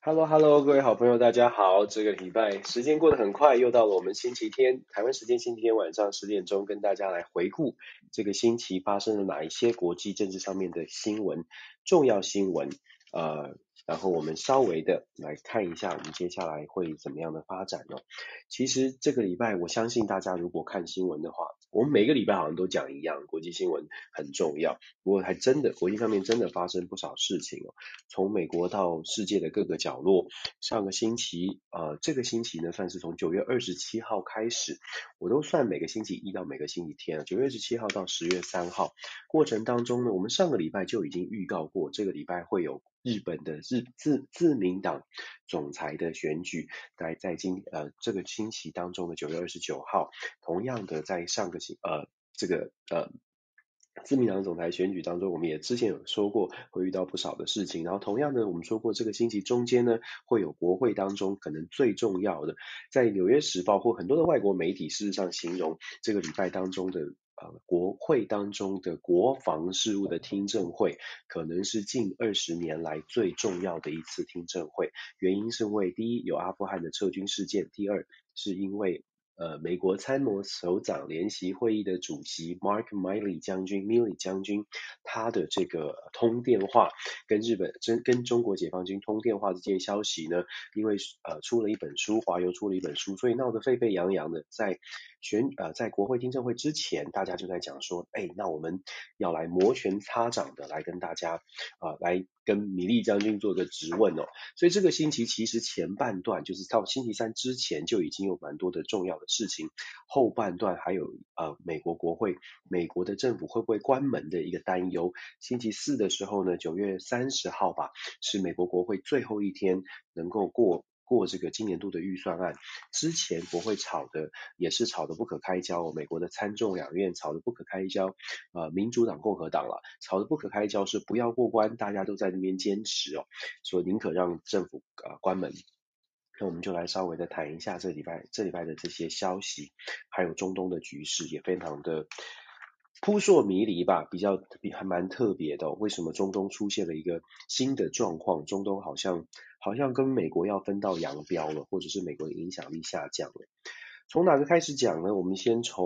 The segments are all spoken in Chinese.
h e l l o h e l l o 各位好朋友，大家好。这个礼拜时间过得很快，又到了我们星期天，台湾时间星期天晚上10点钟，跟大家来回顾这个星期发生了哪一些国际政治上面的新闻、重要新闻。呃，然后我们稍微的来看一下，我们接下来会怎么样的发展哦。其实这个礼拜，我相信大家如果看新闻的话，我们每个礼拜好像都讲一样，国际新闻很重要。不过还真的，国际上面真的发生不少事情哦。从美国到世界的各个角落。上个星期，这个星期呢，算是从9月27号开始，我都算每个星期一到每个星期天9月27号到10月3号过程当中呢，我们上个礼拜就已经预告过，这个礼拜会有日本的自民党总裁的选举，在这个星期当中的9月29号，同样的在上个星这个自民党总裁选举当中，我们也之前有说过会遇到不少的事情，然后同样的，我们说过这个星期中间呢，会有国会当中可能最重要的，在《纽约时报》或很多的外国媒体，事实上形容这个礼拜当中的国会当中的国防事务的听证会，可能是近20年来最重要的一次听证会。原因是因为第一有阿富汗的撤军事件，第二是因为美国参谋首长联席会议的主席 Mark Milley 将军，他的这个通电话跟中国解放军通电话这件消息呢，因为出了一本书，华邮出了一本书，所以闹得沸沸扬扬的。在国会听证会之前，大家就在讲说，那我们要来摩拳擦掌的来跟大家来跟米利将军做个质问哦。所以这个星期其实前半段就是到星期三之前就已经有蛮多的重要的事情，后半段还有美国国会、美国的政府会不会关门的一个担忧。星期四的时候呢，9月30号吧，是美国国会最后一天能够过这个今年度的预算案。之前国会也是吵得不可开交，美国的参众两院吵得不可开交，民主党、共和党了，吵得不可开交是不要过关，大家都在那边坚持哦，说宁可让政府关门。那我们就来稍微的谈一下这礼拜的这些消息，还有中东的局势也非常的扑朔迷离吧，还蛮特别的哦。为什么中东出现了一个新的状况？中东好像跟美国要分道扬镳了，或者是美国的影响力下降了。从哪个开始讲呢？我们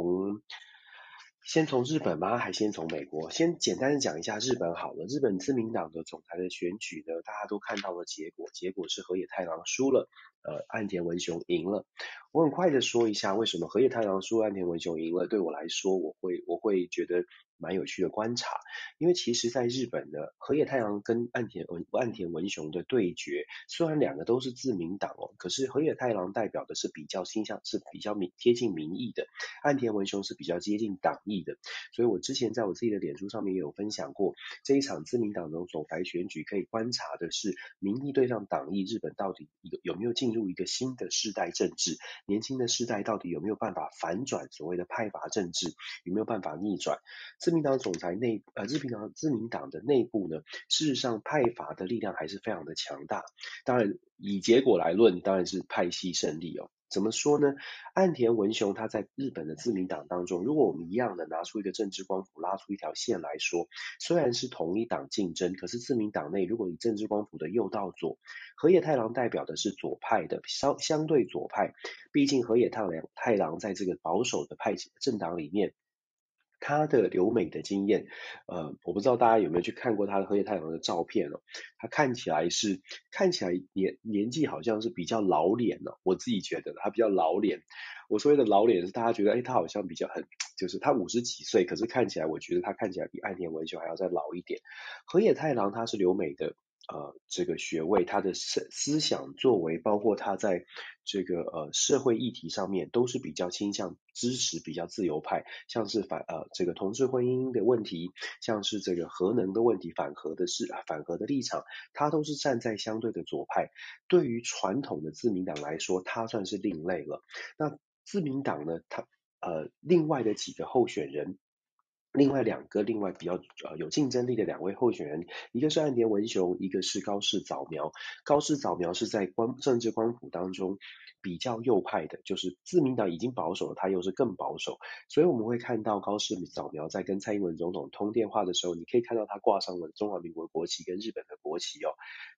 先从日本吗？还先从美国？先简单的讲一下日本好了。日本自民党的总裁的选举呢，大家都看到了结果是河野太郎输了，岸田文雄赢了。我很快的说一下为什么河野太郎输，岸田文雄赢了。对我来说，我会觉得蛮有趣的观察，因为其实在日本呢，河野太郎跟岸田文雄的对决，虽然两个都是自民党哦，可是河野太郎代表的是比较倾向是比较贴近民意的。岸田文雄是比较接近党意的，所以我之前在我自己的脸书上面也有分享过，这一场自民党的总裁选举可以观察的是民意对上党意，日本到底有没有进入一个新的世代政治，年轻的世代到底有没有办法反转所谓的派阀政治，有没有办法逆转？自民党总裁自民党的内部呢，事实上派阀的力量还是非常的强大，当然以结果来论，当然是派系胜利哦。怎么说呢？岸田文雄他在日本的自民党当中，如果我们一样的拿出一个政治光谱，拉出一条线来说，虽然是同一党竞争，可是自民党内如果以政治光谱的右到左，河野太郎代表的是左派的，相对左派，毕竟河野太郎在这个保守的政党里面。他的留美的经验，我不知道大家有没有去看过他的河野太郎的照片哦，他看起来年纪好像是比较老脸哦，我自己觉得他比较老脸。我所谓的老脸是大家觉得，他好像就是他50几岁，可是看起来我觉得他看起来比岸田文雄还要再老一点。河野太郎他是留美的。这个学位，他的思想作为，包括他在这个社会议题上面，都是比较倾向支持比较自由派，像是这个同志婚姻的问题，像是这个核能的问题，反核的立场，他都是站在相对的左派。对于传统的自民党来说，他算是另类了。那自民党呢，他另外的几个候选人。另外比较有竞争力的2位候选人，一个是岸田文雄，一个是高市早苗。高市早苗是在政治光谱当中比较右派的，就是自民党已经保守了，他又是更保守，所以我们会看到高市早苗在跟蔡英文总统通电话的时候，你可以看到他挂上了中华民国国旗跟日本的国旗哦。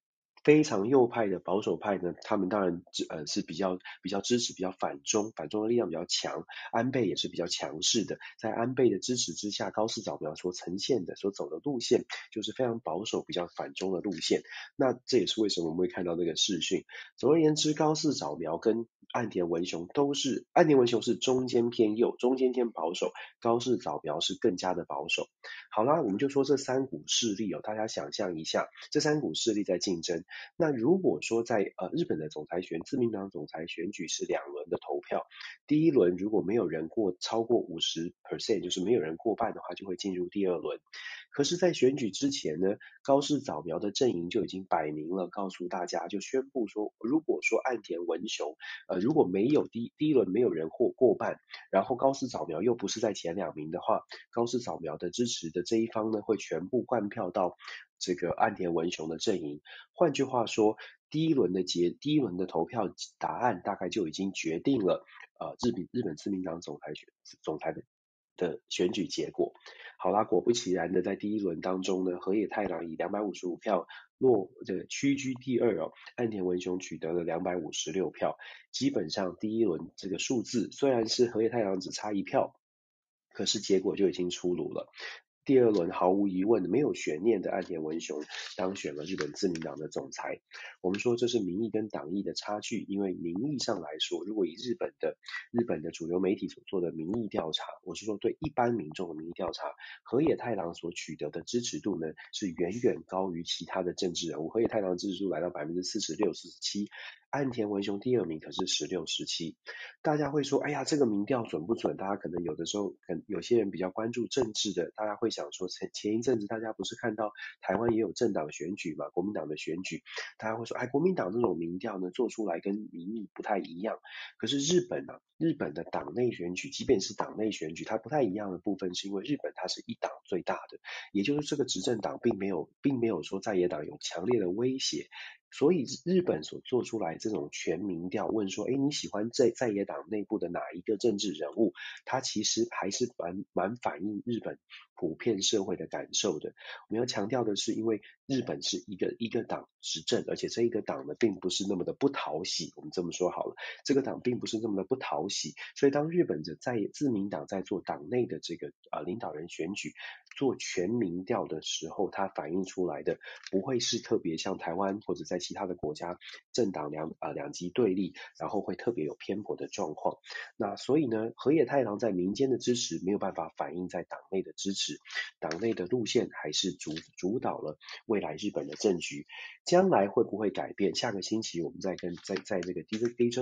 非常右派的保守派呢，他们当然是比较支持比较反中的力量比较强，安倍也是比较强势的，在安倍的支持之下，高市早苗所呈现的所走的路线就是非常保守比较反中的路线，那这也是为什么我们会看到这个视讯。总而言之，高市早苗跟岸田文雄是中间偏右，中间偏保守，高市早苗是更加的保守。好啦，我们就说这三股势力大家想象一下，这三股势力在竞争。那如果说在日本的自民党总裁选举是2轮的投票，第一轮如果没有人超过50%，就是没有人过半的话，就会进入第二轮。可是，在选举之前呢，高市早苗的阵营就已经摆明了，告诉大家，就宣布说，如果说岸田文雄，如果没有第一轮没有人过半，然后高市早苗又不是在前2名的话，高市早苗的支持的这一方呢，会全部灌票到这个岸田文雄的阵营。换句话说，第一轮的投票答案大概就已经决定了日本自民党总裁的选举结果。好啦，果不其然的，在第一轮当中呢，河野太郎以255票屈居第二岸田文雄取得了256票。基本上第一轮这个数字虽然是河野太郎只差1票，可是结果就已经出炉了。第二轮毫无疑问没有悬念的岸田文雄当选了日本自民党的总裁。我们说这是民意跟党意的差距，因为民意上来说，如果以日本的主流媒体所做的民意调查，我是说对一般民众的民意调查，河野太郎所取得的支持度呢是远远高于其他的政治人物。河野太郎支持度来到46%、47%，岸田文雄第二名可是16、17。大家会说，哎呀，这个民调准不准？大家可能有的时候，有些人比较关注政治的，大家会想说，前一阵子大家不是看到台湾也有政党选举嘛，国民党的选举，大家会说，哎，国民党这种民调呢做出来跟民意不太一样。可是日本的党内选举，即便是党内选举，它不太一样的部分是因为日本它是一党最大的，也就是这个执政党并没有说在野党有强烈的威胁。所以日本所做出来这种全民调问说，哎，你喜欢在野党内部的哪一个政治人物？它其实还是蛮反映日本普遍社会的感受的。我们要强调的是，因为日本是一个党执政，而且这一个党呢并不是那么的不讨喜。我们这么说好了，这个党并不是那么的不讨喜，所以当日本的自民党在做党内的这个领导人选举做全民调的时候，它反映出来的不会是特别像台湾或者在其他的国家政党两极对立，然后会特别有偏颇的状况。那所以呢，河野太郎在民间的支持没有办法反映在党内的支持，党内的路线还是主导了未来日本的政局。将来会不会改变？下个星期我们在这个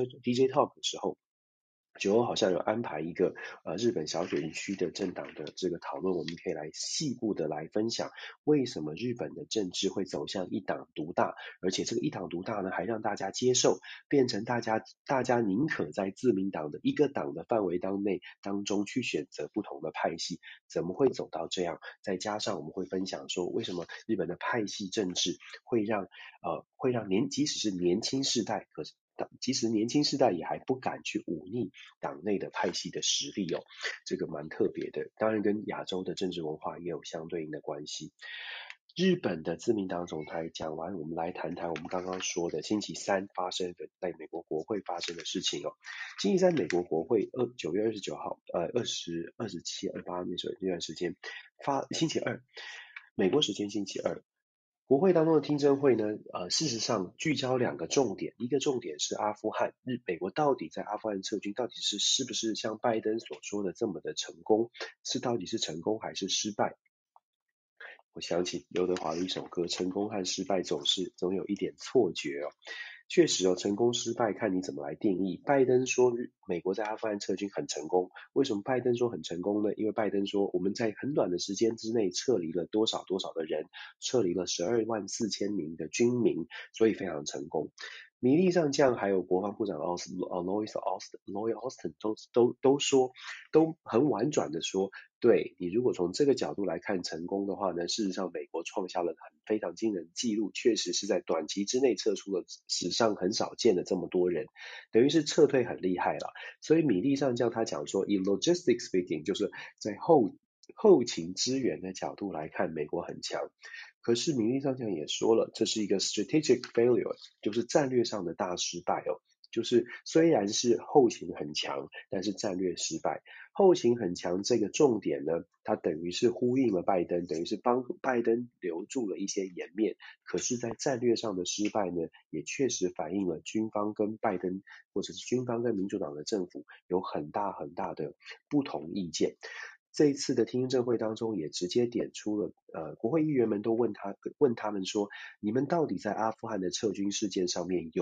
DJ Talk 的时候。九欧好像有安排一个日本小选区的政党的这个讨论，我们可以来细部的来分享为什么日本的政治会走向一党独大，而且这个一党独大呢还让大家接受，变成大家宁可在自民党的一个党的范围当中去选择不同的派系，怎么会走到这样？再加上我们会分享说为什么日本的派系政治会让即使是年轻世代，即使年轻世代也还不敢去忤逆党内的派系的实力这个蛮特别的，当然跟亚洲的政治文化也有相对应的关系。日本的自民党总裁讲完，我们来谈谈我们刚刚说的星期三发生的在美国国会发生的事情星期三美国国会9月29号27、28那段时间星期二，美国时间星期二。国会当中的听证会呢，事实上聚焦2个重点，一个重点是阿富汗，美国到底在阿富汗撤军到底是不是像拜登所说的这么的成功，到底是成功还是失败？我想起刘德华的一首歌，成功和失败总有一点错觉确实成功失败看你怎么来定义。拜登说美国在阿富汗撤军很成功，为什么拜登说很成功呢？因为拜登说我们在很短的时间之内撤离了多少的人，撤离了12.4万名的军民，所以非常成功。米利上将还有国防部长Lloyd Austin 都很婉转的说，对，你如果从这个角度来看成功的话呢，事实上美国创下了非常惊人的记录，确实是在短期之内撤出了史上很少见的这么多人，等于是撤退很厉害了。所以米利上将他讲说，以 logistics speaking，就是在后勤支援的角度来看，美国很强。 可是米利上将也说了，这是一个 strategic failure，就是战略上的大失败哦。就是虽然是后勤很强，但是战略失败。后勤很强这个重点呢，它等于是呼应了拜登，等于是帮拜登留住了一些颜面。可是，在战略上的失败呢，也确实反映了军方跟拜登，或者是军方跟民主党的政府有很大很大的不同意见。这一次的听证会当中，也直接点出了，国会议员们都问他们说，你们到底在阿富汗的撤军事件上面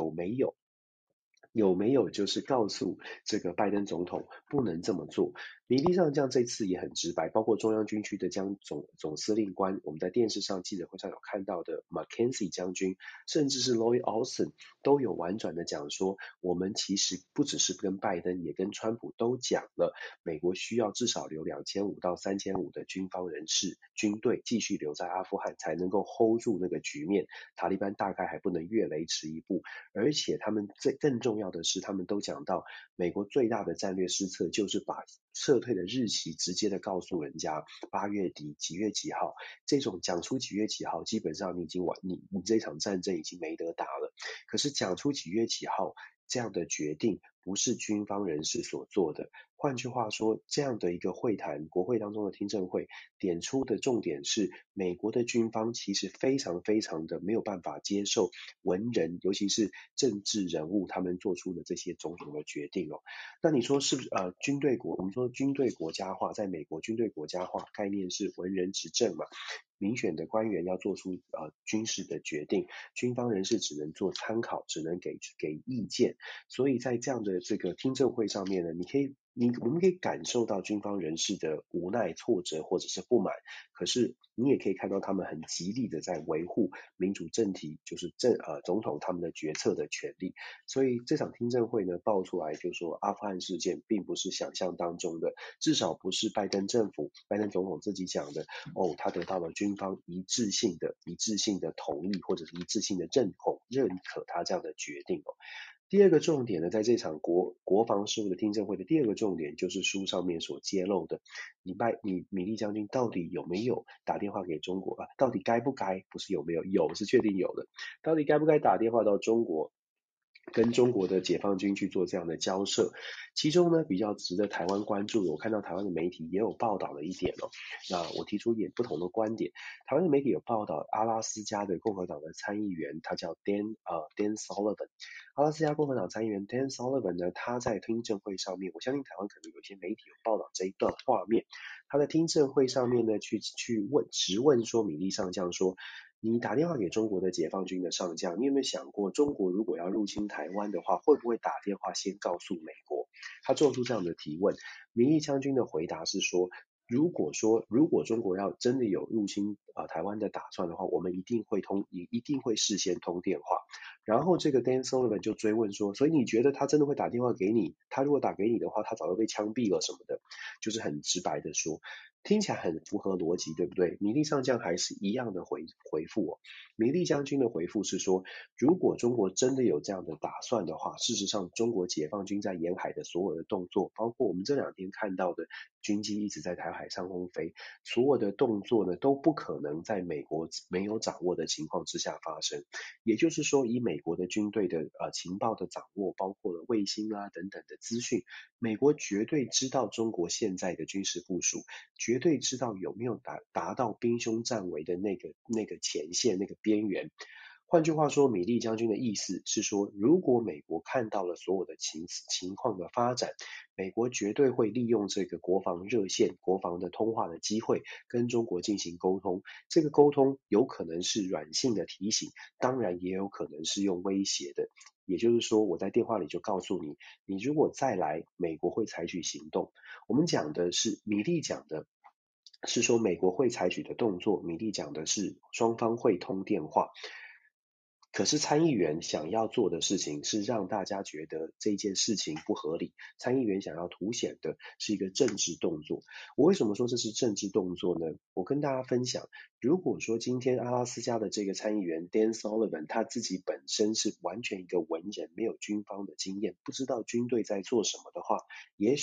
有没有就是告诉这个拜登总统不能这么做？米利上将这次也很直白，包括中央军区的总司令官，我们在电视上记者会上有看到的 Mackenzie 将军，甚至是 Lloyd Austin 都有婉转的讲说，我们其实不只是跟拜登，也跟川普都讲了，美国需要至少留2500到3500的军方人士、军队继续留在阿富汗，才能够 hold 住那个局面。塔利班大概还不能越雷池一步。而且他们更重要的是，他们都讲到美国最大的战略失策就是把撤退的日期直接的告诉人家8月底几月几号，这种讲出几月几号，基本上你已经你这场战争已经没得打了。可是讲出几月几号这样的决定不是军方人士所做的。换句话说，这样的一个会谈，国会当中的听证会点出的重点是，美国的军方其实非常非常的没有办法接受文人，尤其是政治人物他们做出的这些种种的决定哦。那你说是不是我们说军队国家化，在美国军队国家化概念是文人执政嘛？民选的官员要做出军事的决定，军方人士只能做参考，只能给意见。所以在这样的这个听证会上面呢，我们可以感受到军方人士的无奈、挫折或者是不满，可是你也可以看到他们很极力的在维护民主政体，就是总统他们的决策的权利。所以这场听证会呢爆出来，就说阿富汗事件并不是想象当中的，至少不是拜登政府、拜登总统自己讲的哦，他得到了军方一致性的同意，或者是一致性的认可他这样的决定哦。第二个重点呢，在这场国防事务的听证会的第二个重点，就是书上面所揭露的，你米利将军到底有没有打电话给中国啊？到底该不该？不是有没有，有是确定有的。到底该不该打电话到中国，跟中国的解放军去做这样的交涉？其中呢，比较值得台湾关注的，我看到台湾的媒体也有报道了一点哦。那我提出一点不同的观点。台湾的媒体有报道，阿拉斯加的共和党的参议员，他叫Dan Sullivan。阿拉斯加共和党参议员 Dan Sullivan 呢，他在听证会上面，我相信台湾可能有些媒体有报道这一段画面。他在听证会上面呢，去质问说米利上将说，你打电话给中国的解放军的上将，你有没有想过，中国如果要入侵台湾的话，会不会打电话先告诉美国？他做出这样的提问。米利将军的回答是说，如果中国要真的有入侵台湾的打算的话，我们一定会事先通电话。然后这个 Dan Sullivan 就追问说，所以你觉得他真的会打电话给你？他如果打给你的话，他早就被枪毙了什么的，就是很直白的说，听起来很符合逻辑，对不对？米利上将还是一样的回复哦。米利将军的回复是说，如果中国真的有这样的打算的话，事实上中国解放军在沿海的所有的动作，包括我们这2天看到的军机一直在台海上空飞，所有的动作呢都不可能在美国没有掌握的情况之下发生。也就是说，以美国的军队的情报的掌握，包括了卫星啊等等的资讯，美国绝对知道中国现在的军事部署，绝对知道有没有达到兵凶战危的那个前线那个边缘。换句话说，米利将军的意思是说，如果美国看到了所有的情况的发展，美国绝对会利用这个国防热线、国防的通话的机会，跟中国进行沟通。这个沟通有可能是软性的提醒，当然也有可能是用威胁的。也就是说，我在电话里就告诉你，你如果再来，美国会采取行动。我们讲的是米利讲的是说美国会采取的动作，米利讲的是双方会通电话。可是参议员想要做的事情是让大家觉得这件事情不合理，参议员想要凸显的是一个政治动作。我为什么说这是政治动作呢？我跟大家分享，如果说今天阿拉斯加的这个参议员 Dan Sullivan 他自己本身是完全一个文人，没有军方的经验，不知道军队在做什么的话，也许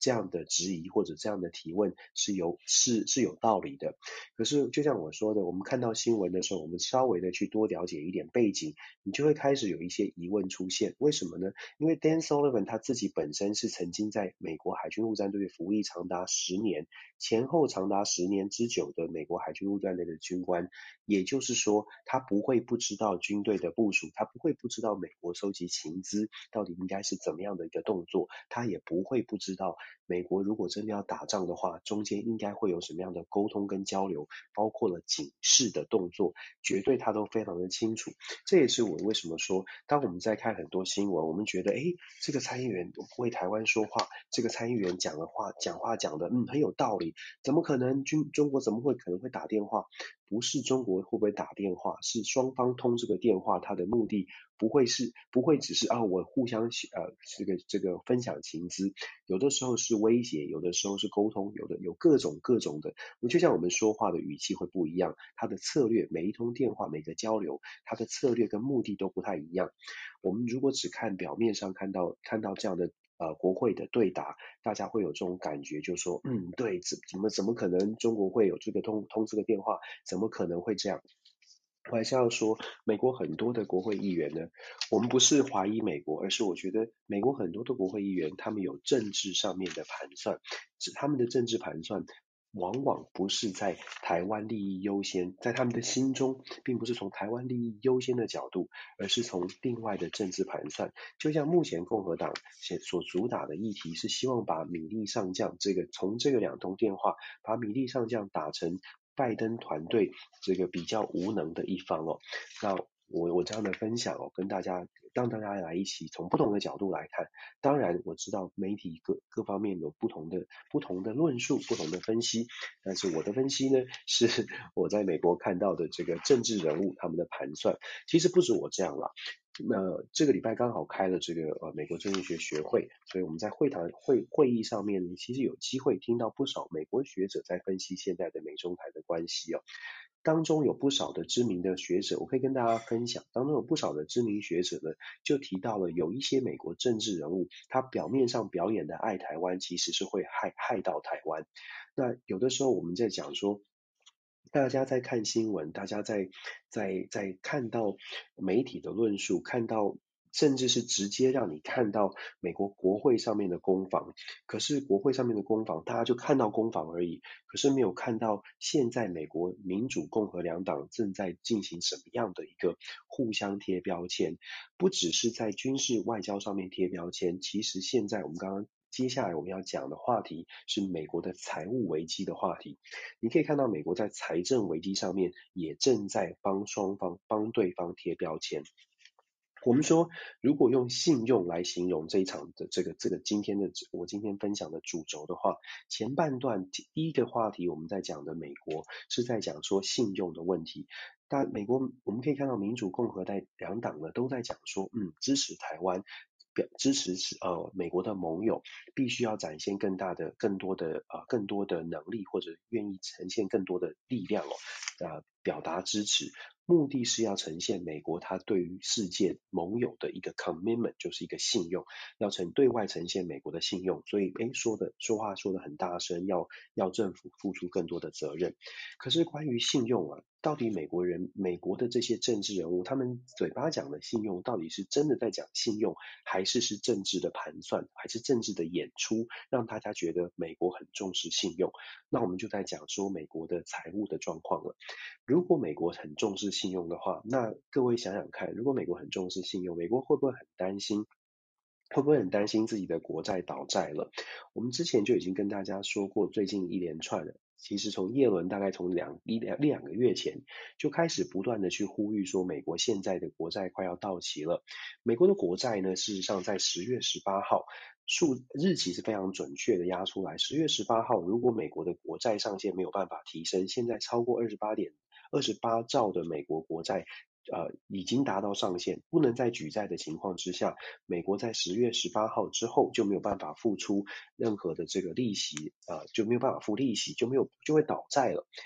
这样的质疑或者这样的提问是有道理的。可是就像我说的，我们看到新闻的时候，我们稍微的去多了解一点背景，你就会开始有一些疑问出现。为什么呢？因为 Dan Sullivan 他自己本身是曾经在美国海军陆战队服役长达10年，前后长达10年之久的美国海军陆战队的军官，也就是说，他不会不知道军队的部署，他不会不知道美国收集情资到底应该是怎么样的一个动作，他也不会不知道美国如果真的要打仗的话，中间应该会有什么样的沟通跟交流，包括了警示的动作，绝对他都非常的清楚。这也是我为什么说，当我们在看很多新闻，我们觉得，诶，这个参议员为台湾说话，这个参议员讲话讲的，很有道理，怎么可能中国怎么会可能会打电话？不是中国会不会打电话，是双方通这个电话，它的目的不会只是我互相这个分享情资，有的时候是威胁，有的时候是沟通，有各种的，就像我们说话的语气会不一样，它的策略每一通电话每个交流，它的策略跟目的都不太一样。我们如果只看表面上看到这样的国会的对答，大家会有这种感觉，就说对，怎么可能中国会有这个通这个电话，怎么可能会这样？我还是要说，美国很多的国会议员呢，我们不是怀疑美国，而是我觉得美国很多的国会议员，他们有政治上面的盘算，他们的政治盘算往往不是在台湾利益优先，在他们的心中，并不是从台湾利益优先的角度，而是从另外的政治盘算。就像目前共和党所主打的议题是希望把米利上将从这个2通电话把米利上将打成拜登团队这个比较无能的一方哦。那我这样的分享跟大家让大家来一起从不同的角度来看。当然我知道媒体各方面有不同的论述、不同的分析，但是我的分析呢，是我在美国看到的这个政治人物他们的盘算。其实不止我这样啦。这个礼拜刚好开了这个美国政治学学会，所以我们在会议上面其实有机会听到不少美国学者在分析现在的美中台的关系哦。当中有不少的知名的学者，我可以跟大家分享，当中有不少的知名学者呢，就提到了有一些美国政治人物，他表面上表演的爱台湾，其实是会害到台湾。那有的时候我们在讲说，大家在看新闻，大家在看到媒体的论述，看到甚至是直接让你看到美国国会上面的攻防，可是国会上面的攻防，大家就看到攻防而已，可是没有看到现在美国民主共和两党正在进行什么样的一个互相贴标签，不只是在军事外交上面贴标签，其实现在我们刚刚接下来我们要讲的话题是美国的财务危机的话题。你可以看到美国在财政危机上面也正在帮对方贴标签。我们说，如果用信用来形容这一场的这个我今天分享的主轴的话，前半段第一个话题我们在讲的美国是在讲说信用的问题。但美国我们可以看到民主共和在两党呢都在讲说，支持台湾。支持美国的盟友必须要展现更多的能力，或者愿意呈现更多的力量表达支持。目的是要呈现美国它对于世界盟友的一个 commitment， 就是一个信用，要对外呈现美国的信用，所以说话说得很大声，要政府付出更多的责任。可是关于信用到底美国的这些政治人物，他们嘴巴讲的信用，到底是真的在讲信用，还是政治的盘算，还是政治的演出，让大家觉得美国很重视信用？那我们就在讲说美国的财务的状况了。如果美国很重视信用的话，那各位想想看，如果美国很重视信用，美国会不会很担心？会不会很担心自己的国债倒债了？我们之前就已经跟大家说过，最近一连串的，其实从耶伦大概从两个月前就开始不断的去呼吁说，美国现在的国债快要到期了。美国的国债呢，事实上在10月18号，日期是非常准确的压出来。10月18号，如果美国的国债上限没有办法提升，现在超过28兆的美国国债。已经达到上限，不能再举债的情况之下，美国在10月18号之后就没有办法付出任何的这个利息就没有办法付利息，就会倒债了。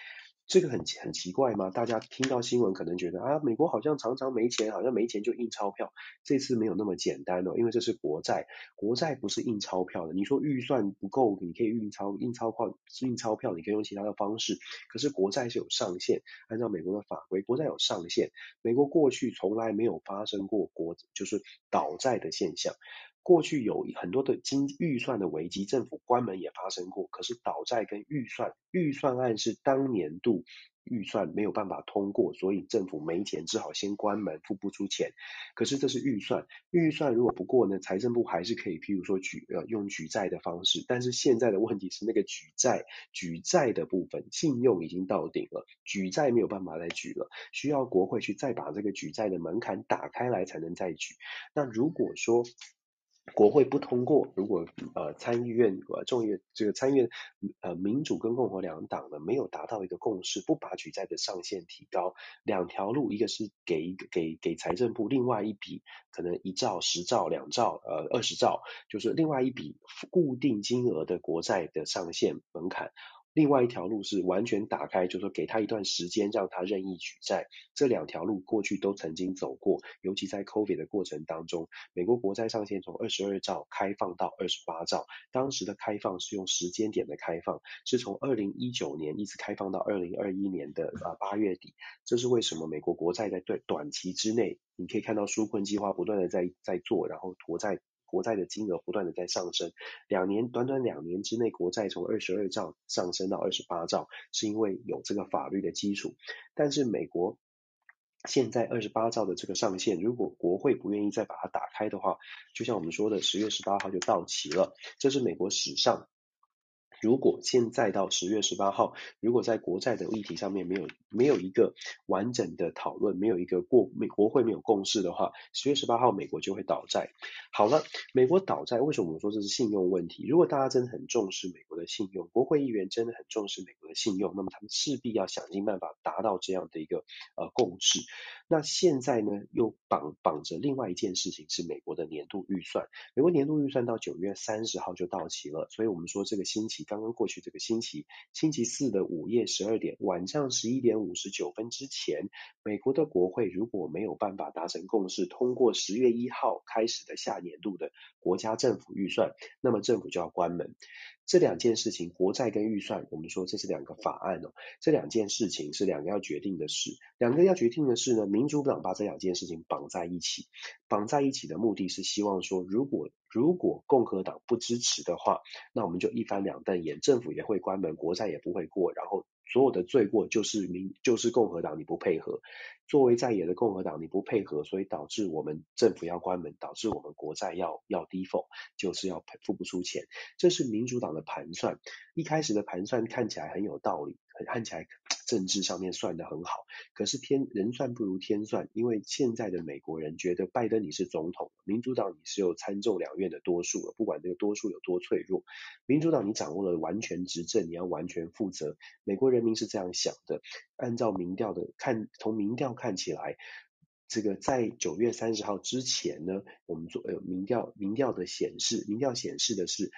这个很奇怪吗？大家听到新闻可能觉得啊，美国好像常常没钱，好像没钱就印钞票。这次没有那么简单哦，因为这是国债，国债不是印钞票的。你说预算不够，你可以印钞票，你可以用其他的方式。可是国债是有上限，按照美国的法规，国债有上限。美国过去从来没有发生过就是倒债的现象。过去有很多的预算的危机，政府关门也发生过。可是倒债跟预算案是当年度预算没有办法通过，所以政府没钱，只好先关门，付不出钱。可是这是预算，预算如果不过呢，财政部还是可以，譬如说用举债的方式。但是现在的问题是那个举债的部分，信用已经到顶了，举债没有办法再举了，需要国会去再把这个举债的门槛打开来才能再举。那如果说国会不通过，如果参议院众议院这个参议院民主跟共和两党呢没有达到一个共识，不把举债的上限提高，两条路，一个是给财政部另外一笔可能1兆、10兆、2兆、20兆，就是另外一笔固定金额的国债的上限门槛。另外一条路是完全打开，就是说给他一段时间，让他任意举债。这两条路过去都曾经走过，尤其在 COVID 的过程当中，美国国债上限从22兆开放到28兆，当时的开放是用时间点的开放，是从2019年一直开放到2021年的8月底。这是为什么美国国债在短期之内，你可以看到纾困计划不断的在做，然后国债的金额不断的在上升，短短2年之内，国债从22兆上升到28兆，是因为有这个法律的基础。但是美国现在28兆的这个上限，如果国会不愿意再把它打开的话，就像我们说的10月18号就到期了，这是美国史上如果现在到10月18号，如果在国债的议题上面没有一个完整的讨论，没有一个国会没有共识的话，10月18号美国就会倒债。好了，美国倒债为什么我们说这是信用问题？如果大家真的很重视美国的信用，国会议员真的很重视美国的信用，那么他们势必要想尽办法达到这样的一个共识。那现在呢，又绑着另外一件事情是美国的年度预算。美国年度预算到9月30号就到期了，所以我们说这个星期刚刚过去这个星期，星期四的午夜12点，晚上11点59分之前，美国的国会如果没有办法达成共识，通过10月1号开始的下年度的国家政府预算，那么政府就要关门。这两件事情，国债跟预算，我们说这是两个法案哦，这两件事情是两个要决定的事。两个要决定的事呢，民主党把这两件事情绑在一起，绑在一起的目的是希望说，如果共和党不支持的话，那我们就一翻两瞪眼，政府也会关门，国债也不会过，然后所有的罪过就是共和党你不配合，作为在野的共和党你不配合，所以导致我们政府要关门，导致我们国债要default，就是要付不出钱。这是民主党的盘算，一开始的盘算看起来很有道理，看起来政治上面算得很好，可是人算不如天算，因为现在的美国人觉得拜登你是总统，民主党你是有参众两院的多数了，不管这个多数有多脆弱，民主党你掌握了完全执政，你要完全负责，美国人民是这样想的。按照从民调看起来，这个在9月30号之前呢，我们做民调显示的是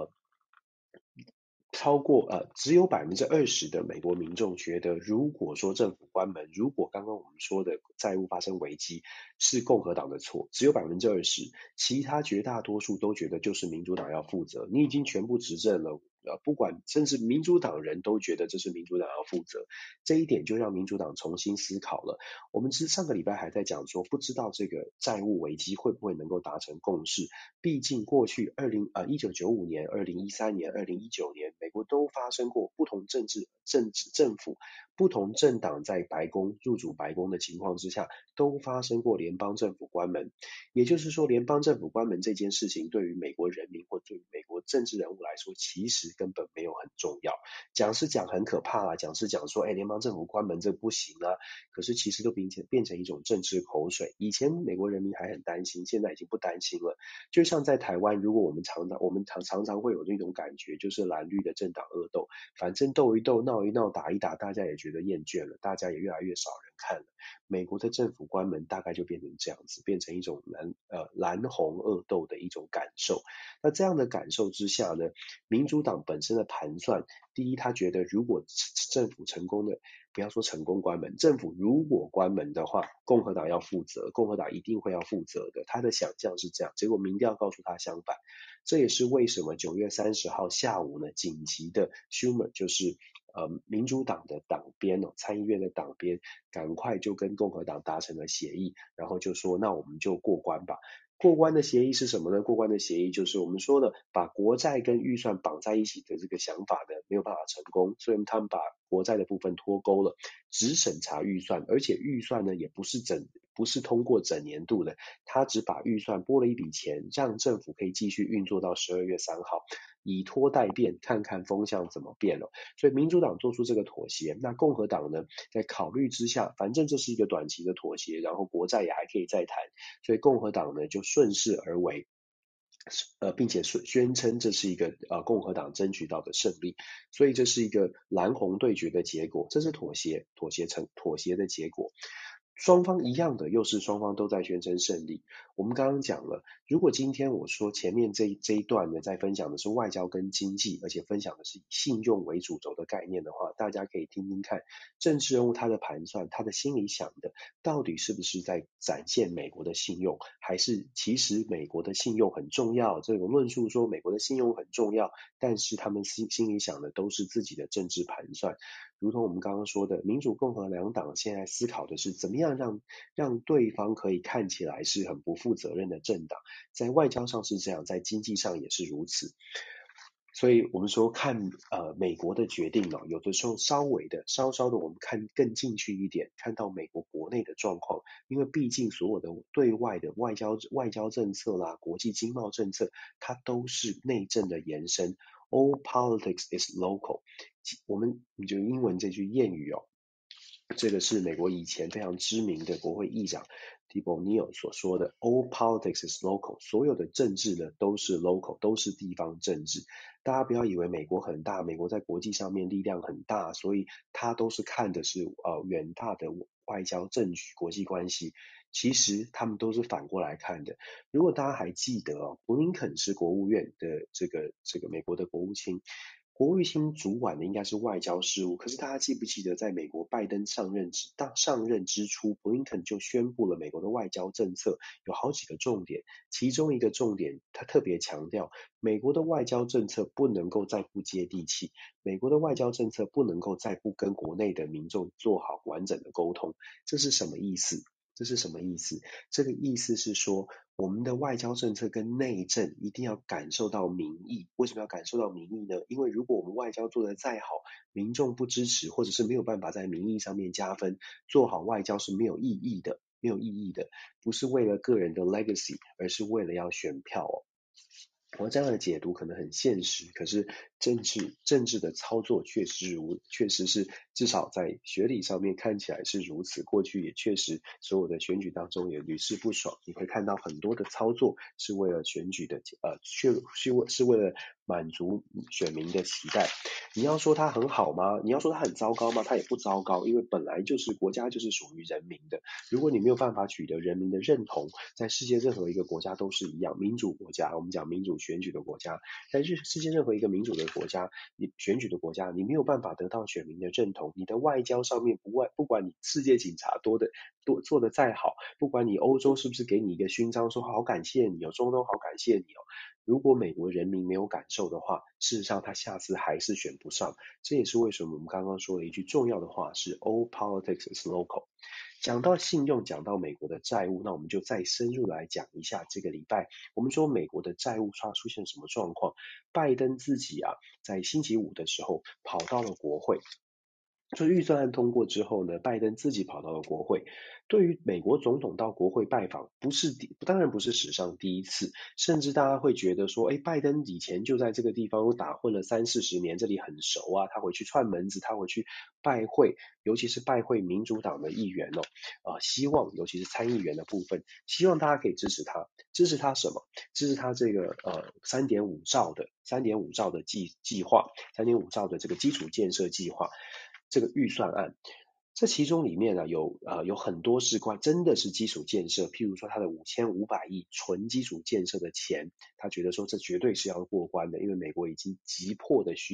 只有20%的美国民众觉得，如果说政府关门，如果刚刚我们说的债务发生危机是共和党的错，只有20%，其他绝大多数都觉得就是民主党要负责。你已经全部执政了，不管甚至民主党人都觉得这是民主党要负责，这一点就让民主党重新思考了。我们上个礼拜还在讲说，不知道这个债务危机会不会能够达成共识。毕竟过去1995年、2013年、2019年，美国都发生过不同政府、不同政党在入主白宫的情况之下，都发生过联邦政府关门。也就是说，联邦政府关门这件事情，对于美国人民或对于美国政治人物来说，其实根本没有很重要。讲是讲很可怕啦，讲是讲说，联邦政府关门这不行啊，可是其实都变成一种政治口水。以前美国人民还很担心，现在已经不担心了。就像在台湾，如果我们常常会有那种感觉，就是蓝绿的政党恶斗，反正斗一斗、闹一闹、打一打，大家也觉得厌倦了，大家也越来越少人看了。美国的政府关门大概就变成这样子，变成一种蓝红恶斗的一种感受。那这样的感受之下呢，民主党本身的盘算，第一，他觉得如果政府成功的不要说成功关门，政府如果关门的话，共和党要负责，共和党一定会要负责的。他的想象是这样，结果民调告诉他相反。这也是为什么9月30号下午呢，紧急的 Schumer 就是民主党的党鞭参议院的党鞭，赶快就跟共和党达成了协议，然后就说那我们就过关吧。过关的协议是什么呢？过关的协议就是我们说的把国债跟预算绑在一起的这个想法呢，没有办法成功，所以他们把国债的部分脱钩了，只审查预算，而且预算呢也不是通过整年度的，他只把预算拨了一笔钱，让政府可以继续运作到12月3号，以拖待变，看看风向怎么变了。所以民主党做出这个妥协，那共和党呢，在考虑之下，反正这是一个短期的妥协，然后国债也还可以再谈，所以共和党呢就顺势而为。并且宣称这是一个共和党争取到的胜利，所以这是一个蓝红对决的结果，这是妥协的结果。双方一样的，又是双方都在宣称胜利。我们刚刚讲了，如果今天我说前面这一段呢，在分享的是外交跟经济，而且分享的是以信用为主轴的概念的话，大家可以听听看，政治人物他的盘算，他的心里想的，到底是不是在展现美国的信用，还是其实美国的信用很重要？这种论述说美国的信用很重要，但是他们心里想的都是自己的政治盘算。如同我们刚刚说的，民主共和两党现在思考的是怎么样让对方可以看起来是很不负责任的政党，在外交上是这样，在经济上也是如此。所以我们说看美国的决定有的时候稍稍的我们看更进去一点，看到美国国内的状况，因为毕竟所有的对外的外交政策啦、国际经贸政策，它都是内政的延伸。All politics is local。我们就英文这句谚语这个是美国以前非常知名的国会议长 Tip O'Neill 所说的 All politics is local， 所有的政治呢都是 local， 都是地方政治。大家不要以为美国很大，美国在国际上面力量很大，所以他都是看的是远大的外交政局、国际关系。其实他们都是反过来看的。如果大家还记得布林肯是国务院的这个美国的国务卿，国务卿主管的应该是外交事务，可是大家记不记得，在美国拜登上任之初，布林肯就宣布了美国的外交政策有好几个重点，其中一个重点他特别强调，美国的外交政策不能够再不接地气，美国的外交政策不能够再不跟国内的民众做好完整的沟通。这是什么意思？这个意思是说，我们的外交政策跟内政一定要感受到民意。为什么要感受到民意呢？因为如果我们外交做得再好，民众不支持，或者是没有办法在民意上面加分，做好外交是没有意义的，不是为了个人的 legacy， 而是为了要选票我这样的解读可能很现实，可是政治的操作确实是至少在学理上面看起来是如此。过去也确实所有的选举当中也屡试不爽，你会看到很多的操作是为了选举的是为了满足选民的期待。你要说它很好吗？你要说它很糟糕吗？它也不糟糕，因为本来就是国家就是属于人民的。如果你没有办法取得人民的认同，在世界任何一个国家都是一样，民主国家，我们讲民主选举的国家，在世界任何一个民主的国家，你选举的国家，你没有办法得到选民的认同，你的外交上面不管你世界警察多做的再好，不管你欧洲是不是给你一个勋章说好感谢你中东好感谢你如果美国人民没有感受的话，事实上他下次还是选不上。这也是为什么我们刚刚说了一句重要的话是 All politics is local。讲到信用，讲到美国的债务，那我们就再深入来讲一下这个礼拜我们说美国的债务出现什么状况。拜登自己在星期五的时候跑到了国会，所以预算案通过之后呢，拜登自己跑到了国会。对于美国总统到国会拜访，当然不是史上第一次，甚至大家会觉得说，拜登以前就在这个地方打混了30-40年，这里很熟他回去串门子，他回去拜会，尤其是拜会民主党的议员希望尤其是参议员的部分，希望大家可以支持他。支持他什么？支持他这个3.5兆的计划，3.5兆的这个基础建设计划。这个预算案，这其中里面有很多是真的是基础建设，譬如说他的5500亿纯基础建设的钱，他觉得说这绝对是要过关的，因为美国已经急迫的需要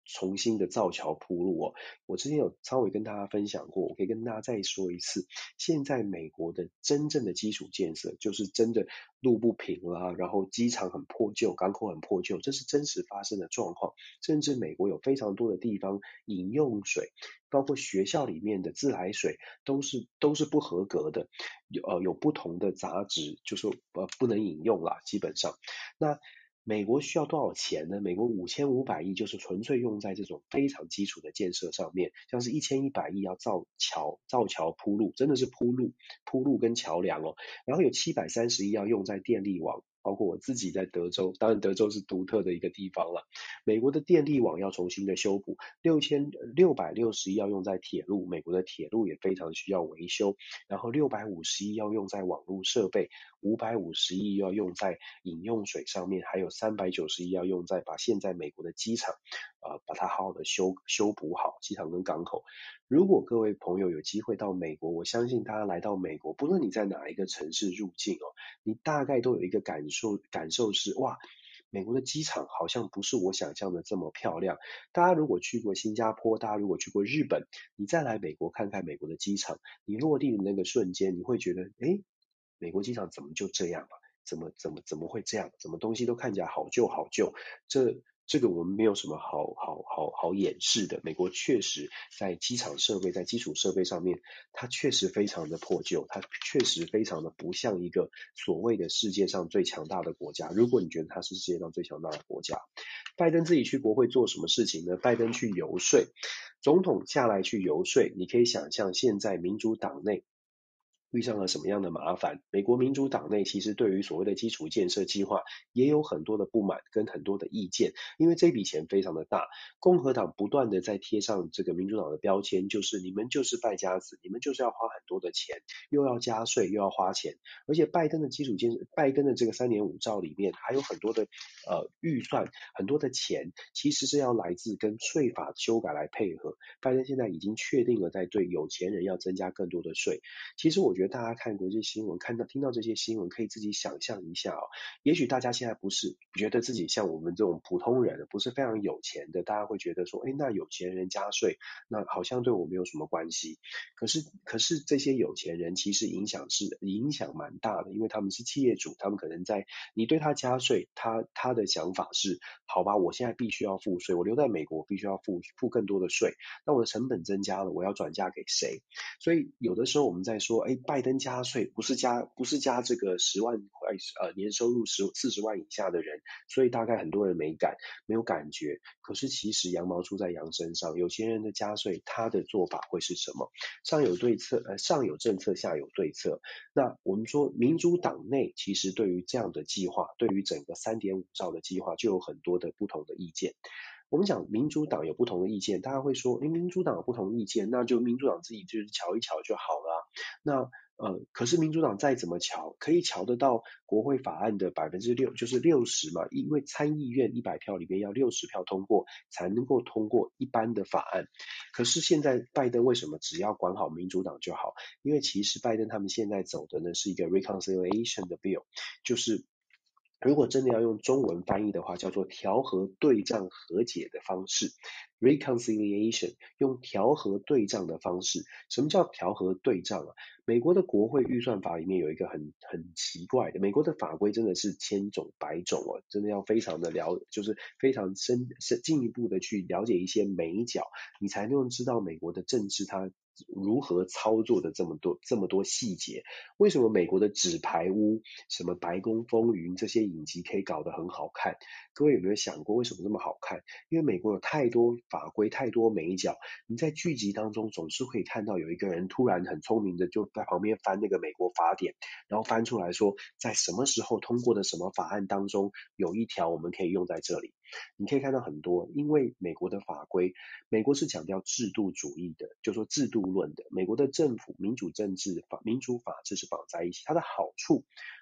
重新的造桥铺路哦。我之前有稍微跟大家分享过，我可以跟大家再说一次，现在美国的真正的基础建设，就是真的路不平啦，然后机场很破旧，港口很破旧，这是真实发生的状况。甚至美国有非常多的地方饮用水，包括学校里面的自来水都是不合格的，有不同的杂质，就说不能饮用啦，基本上。那美国需要多少钱呢？美国5500亿就是纯粹用在这种非常基础的建设上面，像是1100亿要造桥铺路，真的是铺路跟桥梁哦。然后有730亿要用在电力网，包括我自己在德州，当然德州是独特的一个地方了。美国的电力网要重新的修补，6660亿要用在铁路，美国的铁路也非常需要维修，然后650亿要用在网络设备，550亿要用在饮用水上面，还有390亿要用在把现在美国的机场，把它好好的修补好，机场跟港口。如果各位朋友有机会到美国，我相信大家来到美国，不论你在哪一个城市入境哦，你大概都有一个感受是，哇，美国的机场好像不是我想象的这么漂亮。大家如果去过新加坡，大家如果去过日本，你再来美国看看美国的机场，你落地的那个瞬间，你会觉得，诶，美国机场怎么就这样啊？怎么会这样？怎么东西都看起来好旧好旧？这个我们没有什么好掩饰的。美国确实在机场设备、在基础设备上面，它确实非常的破旧，它确实非常的不像一个所谓的世界上最强大的国家。如果你觉得它是世界上最强大的国家，拜登自己去国会做什么事情呢？拜登去游说，总统下来去游说，你可以想象现在民主党内遇上了什么样的麻烦？美国民主党内其实对于所谓的基础建设计划也有很多的不满跟很多的意见，因为这笔钱非常的大，共和党不断的在贴上这个民主党的标签，就是你们就是败家子，你们就是要花很多的钱，又要加税又要花钱，而且拜登的基础建设，拜登的这个3.5兆里面还有很多的预算，很多的钱其实是要来自跟税法修改来配合。拜登现在已经确定了在对有钱人要增加更多的税。其实我觉得大家看国际新闻，听到这些新闻，可以自己想象一下哦。也许大家现在不是觉得自己像我们这种普通人，不是非常有钱的，大家会觉得说，哎，那有钱人加税，那好像对我没有什么关系。可是这些有钱人其实影响蛮大的，因为他们是企业主，他们可能在你对他加税，他的想法是，好吧，我现在必须要付税，我留在美国必须要付更多的税，那我的成本增加了，我要转嫁给谁？所以有的时候我们在说，哎，拜登加税不是加这个10万块年收入40万以下的人，所以大概很多人没有感觉。可是其实羊毛出在羊身上，有钱人的加税，他的做法会是什么？上有对策，上有政策，下有对策。那我们说民主党内其实对于这样的计划，对于整个3.5兆的计划，就有很多的不同的意见。我们讲民主党有不同的意见，大家会说，诶，民主党有不同意见，那就民主党自己就是瞧一瞧就好了啊。那可是民主党再怎么瞧，可以瞧得到国会法案的6%，就是60嘛，因为参议院100票里面要60票通过才能够通过一般的法案。可是现在拜登为什么只要管好民主党就好？因为其实拜登他们现在走的呢是一个 reconciliation 的 bill，就是如果真的要用中文翻译的话，叫做调和对账和解的方式 （reconciliation），用调和对账的方式。什么叫调和对账啊？美国的国会预算法里面有一个很奇怪的，美国的法规真的是千种百种哦，真的要非常的就是非常进一步的去了解一些美角，你才能知道美国的政治它如何操作的这么多细节。为什么美国的纸牌屋、什么白宫风云这些影集可以搞得很好看？各位有没有想过为什么那么好看？因为美国有太多法规、太多美角，你在剧集当中总是会看到有一个人突然很聪明的就在旁边翻那个美国法典，然后翻出来说在什么时候通过的什么法案当中有一条我们可以用在这里。你可以看到很多，因为美国的法规，美国是强调制度主义的，就说制度论的。美国的政府民主政治、民主法治是绑在一起，它的好处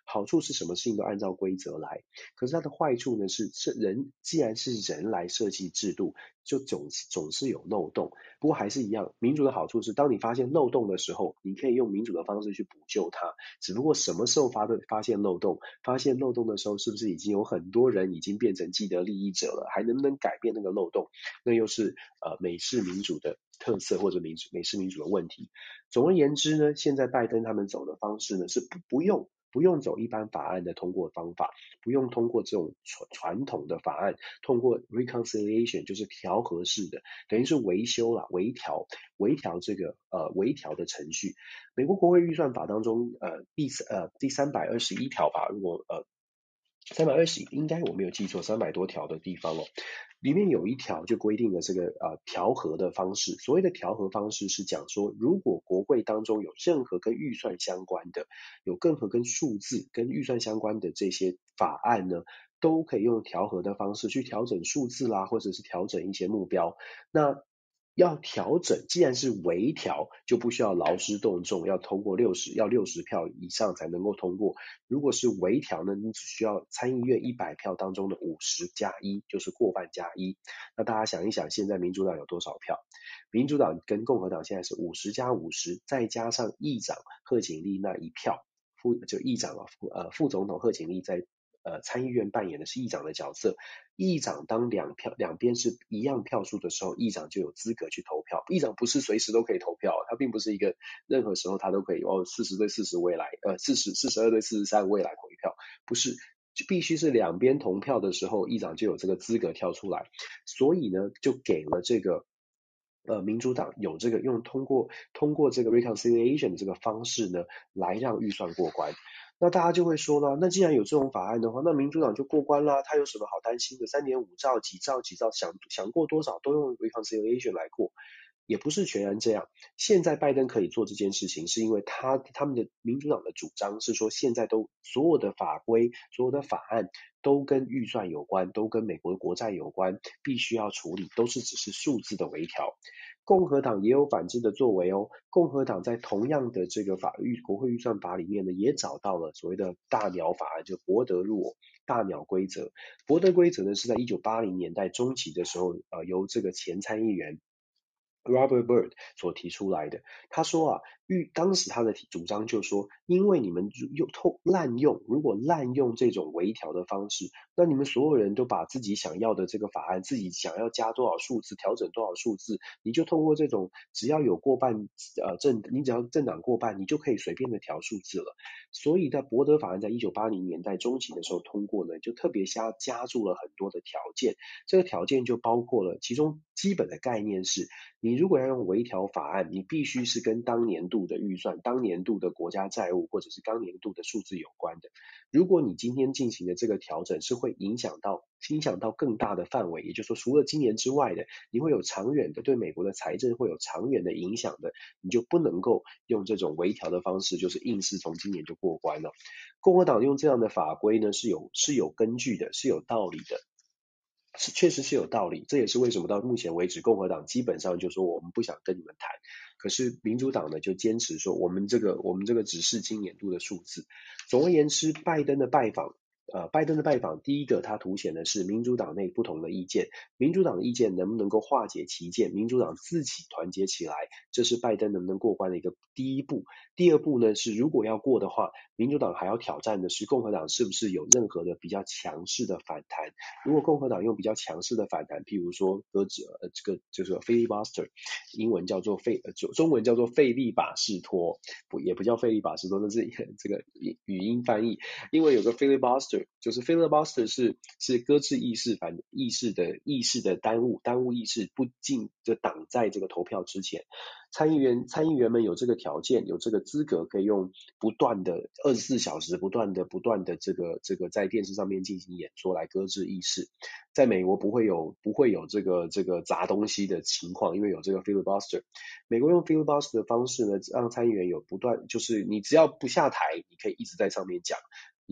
好处是什么事情都按照规则来，可是它的坏处呢是人既然是人来设计制度，就总是有漏洞。不过还是一样，民主的好处是，当你发现漏洞的时候，你可以用民主的方式去补救它。只不过什么时候发现漏洞，发现漏洞的时候，是不是已经有很多人已经变成既得利益者了？还能不能改变那个漏洞？那又是美式民主的特色或者美式民主的问题。总而言之呢，现在拜登他们走的方式呢是不用走一般法案的通过方法，不用通过这种传统的法案，通过 reconciliation 就是调和式的，等于是维修啦、微调微调的程序。美国国会预算法当中第321条吧，如果320应该我没有记错，300多条的地方哦，里面有一条就规定了这个调和的方式。所谓的调和方式是讲说，如果国会当中有任何跟预算相关的，有任何跟数字跟预算相关的这些法案呢，都可以用调和的方式去调整数字啦，或者是调整一些目标。那要调整，既然是微调，就不需要劳师动众，要通过60票以上才能够通过。如果是微调呢，你只需要参议院100票当中的50+1，就是过半加一。那大家想一想，现在民主党有多少票？民主党跟共和党现在是50+50，再加上议长贺锦丽那一票，议长副总统贺锦丽在参议院扮演的是议长的角色。议长当两边是一样票数的时候，议长就有资格去投票。议长不是随时都可以投票，他并不是一个任何时候他都可以40对40未来42对43未来投一票，不是。就必须是两边同票的时候，议长就有这个资格跳出来，所以呢，就给了这个民主党有这个通过这个 reconciliation 的这个方式呢，来让预算过关。那大家就会说了，那既然有这种法案的话，那民主党就过关啦，他有什么好担心的？3.5兆几兆，想过多少都用 reconciliation 来过，也不是全然这样。现在拜登可以做这件事情，是因为他们的民主党的主张是说，现在所有的法规、所有的法案都跟预算有关，都跟美国的国债有关，必须要处理，都是只是数字的微调。共和党也有反制的作为哦。共和党在同样的这个国会预算法里面呢，也找到了所谓的大鸟法案，就博德大鸟规则。博德规则呢是在1980年代中期的时候，由这个前参议员Robert Byrd 所提出来的。他说啊，当时他的主张就说，因为你们如果滥用这种微调的方式，那你们所有人都把自己想要的这个法案，自己想要加多少数字，调整多少数字，你就通过这种只要有过半你只要政党过半，你就可以随便的调数字了。所以在博德法案在1980年代中期的时候通过呢，就特别加注了很多的条件。这个条件就包括了其中基本的概念是，你如果要用微调法案，你必须是跟当年度的预算、当年度的国家债务或者是当年度的数字有关的。如果你今天进行的这个调整是会影响到更大的范围，也就是说除了今年之外的，你会有长远的对美国的财政会有长远的影响的，你就不能够用这种微调的方式，就是硬是从今年就过关了。共和党用这样的法规呢是有根据的，是有道理的。确实是有道理，这也是为什么到目前为止，共和党基本上就说我们不想跟你们谈，可是民主党呢就坚持说我们这个只是今年度的数字。总而言之，拜登的拜访，第一个他凸显的是民主党内不同的意见，民主党的意见能不能够化解歧见，民主党自己团结起来，这是拜登能不能过关的一个第一步。第二步呢是，如果要过的话，民主党还要挑战的是共和党是不是有任何的比较强势的反弹。如果共和党用比较强势的反弹，譬如说这个就是 filibuster， 英文叫做中文叫做费利把式托，也不叫费利把式托，那是这个语音翻译。因为有个 filibuster， 就是 filibuster 是搁置议事的耽误议事不进就挡在这个投票之前。参议员们有这个条件，有这个资格，可以用不断的24小时不断的这个在电视上面进行演说来搁置议事。在美国不会有这个砸东西的情况，因为有这个 filibuster。美国用 filibuster 的方式呢，让参议员有就是你只要不下台，你可以一直在上面讲。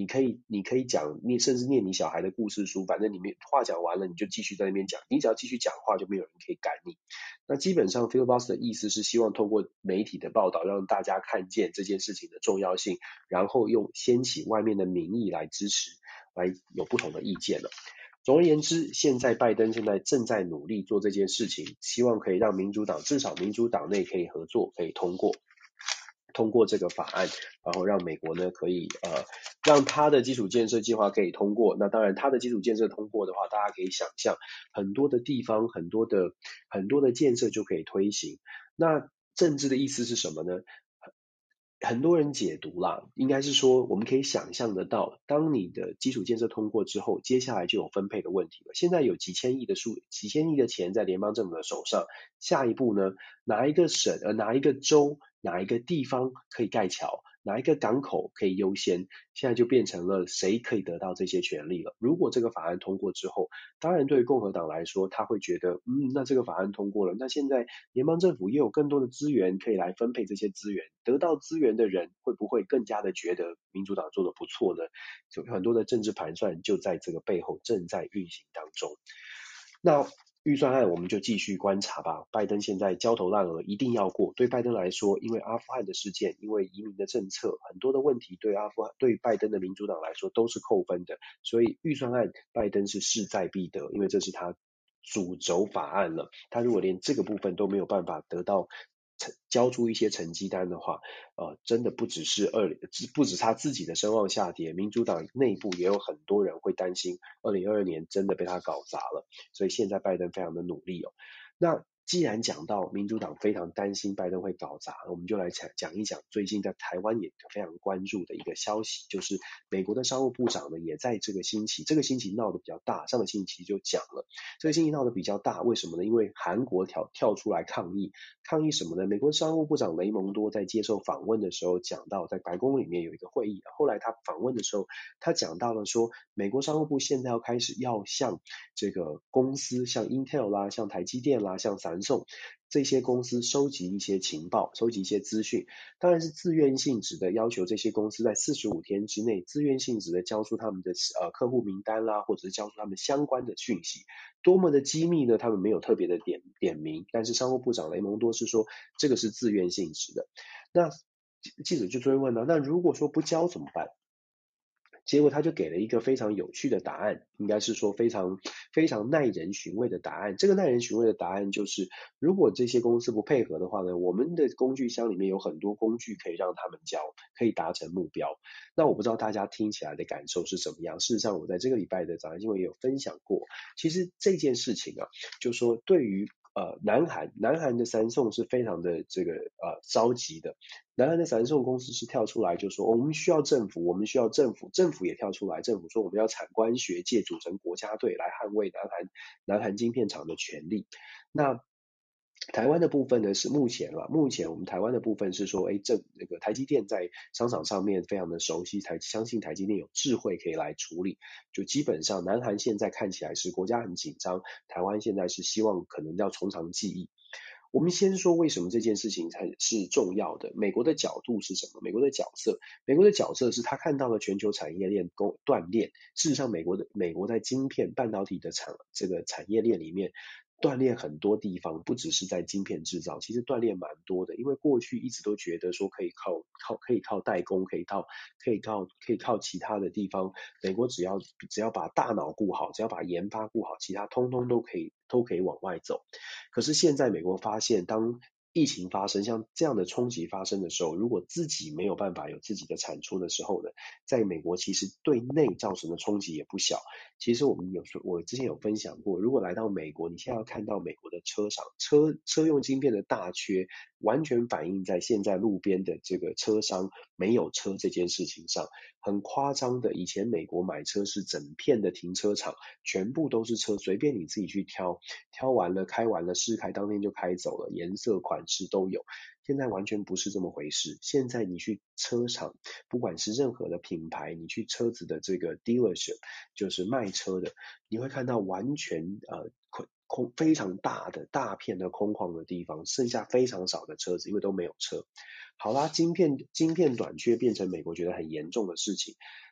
你可以讲，你甚至念你小孩的故事书，反正你们话讲完了，你就继续在那边讲，你只要继续讲话，就没有人可以赶你。那基本上 filibuster 的意思是希望透过媒体的报道，让大家看见这件事情的重要性，然后用掀起外面的民意来支持，来有不同的意见了。总而言之，拜登现在正在努力做这件事情，希望可以让民主党至少民主党内可以合作，可以通过这个法案，然后让美国呢可以让他的基础建设计划可以通过。那当然，他的基础建设通过的话，大家可以想象很多的地方很多的建设就可以推行。那政治的意思是什么呢？很多人解读啦，应该是说我们可以想象得到，当你的基础建设通过之后，接下来就有分配的问题了。现在有几千亿的钱在联邦政府的手上，下一步呢，哪一个哪一个州、哪一个地方可以盖桥，哪一个港口可以优先，现在就变成了谁可以得到这些权利了。如果这个法案通过之后，当然对于共和党来说，他会觉得，那这个法案通过了，那现在联邦政府也有更多的资源可以来分配这些资源，得到资源的人会不会更加的觉得民主党做的不错呢？就很多的政治盘算就在这个背后正在运行当中。那预算案我们就继续观察吧。拜登现在焦头烂额，一定要过。对拜登来说，因为阿富汗的事件，因为移民的政策，很多的问题对拜登的民主党来说都是扣分的。所以预算案拜登是势在必得，因为这是他主轴法案了。他如果连这个部分都没有办法交出一些成绩单的话，真的不只是他自己的声望下跌，民主党内部也有很多人会担心2022年真的被他搞砸了。所以现在拜登非常的努力哦。那既然讲到民主党非常担心拜登会搞砸，我们就来讲一讲最近在台湾也非常关注的一个消息，就是美国的商务部长呢也在这个星期闹得比较大，上个星期就讲了，这个星期闹得比较大，为什么呢？因为韩国跳出来抗议什么呢？美国商务部长雷蒙多在接受访问的时候讲到，在白宫里面有一个会议，后来他访问的时候，他讲到了说，美国商务部现在要开始要向这个公司，像 Intel 啦，像台积电啦，像三送这些公司收集一些情报，收集一些资讯，当然是自愿性质的，要求这些公司在45天之内自愿性质的交出他们的客户名单啦，或者是交出他们相关的讯息。多么的机密呢？他们没有特别的点名，但是商务部长雷蒙多是说这个是自愿性质的。那记者就追问了，那如果说不交怎么办？结果他就给了一个非常有趣的答案，应该是说非常耐人寻味的答案。这个耐人寻味的答案就是，如果这些公司不配合的话呢，我们的工具箱里面有很多工具可以让他们交，可以达成目标。那我不知道大家听起来的感受是怎么样。事实上，我在这个礼拜的早安新闻也有分享过，其实这件事情啊，就说对于南韩的三送是非常的着急的。南韩的三送公司是跳出来就说，我们需要政府，政府也跳出来，政府说我们要产官学界组成国家队来捍卫南韩晶片厂的权利。那台湾的部分呢是目前我们台湾的部分是说，那个台积电在商场上面非常的熟悉，相信台积电有智慧可以来处理。就基本上南韩现在看起来是国家很紧张，台湾现在是希望可能要从长计议。我们先说为什么这件事情才是重要的。美国的角度是什么？美国的角色是他看到了全球产业链断裂。事实上，美国在晶片半导体的产业链里面断裂很多地方，不只是在晶片制造，其实断裂蛮多的。因为过去一直都觉得说可以靠代工，可以靠其他的地方。美国只要把大脑顾好，只要把研发顾好，其他通通都可以往外走。可是现在美国发现，当疫情发生，像这样的冲击发生的时候，如果自己没有办法有自己的产出的时候呢，在美国其实对内造成的冲击也不小。其实我之前有分享过，如果来到美国，你现在要看到美国的车厂车用晶片的大缺，完全反映在现在路边的这个车商没有车这件事情上。很夸张的，以前美国买车是整片的停车场全部都是车，随便你自己去挑完了开完了试开当天就开走了，颜色款式都有。现在完全不是这么回事。现在你去车厂，不管是任何的品牌，你去车子的这个 dealership， 就是卖车的，你会看到完全非常大片的空旷的地方，剩下非常少的车子，因为都没有车。好啦，晶片短缺变成美国觉得很严重的事情。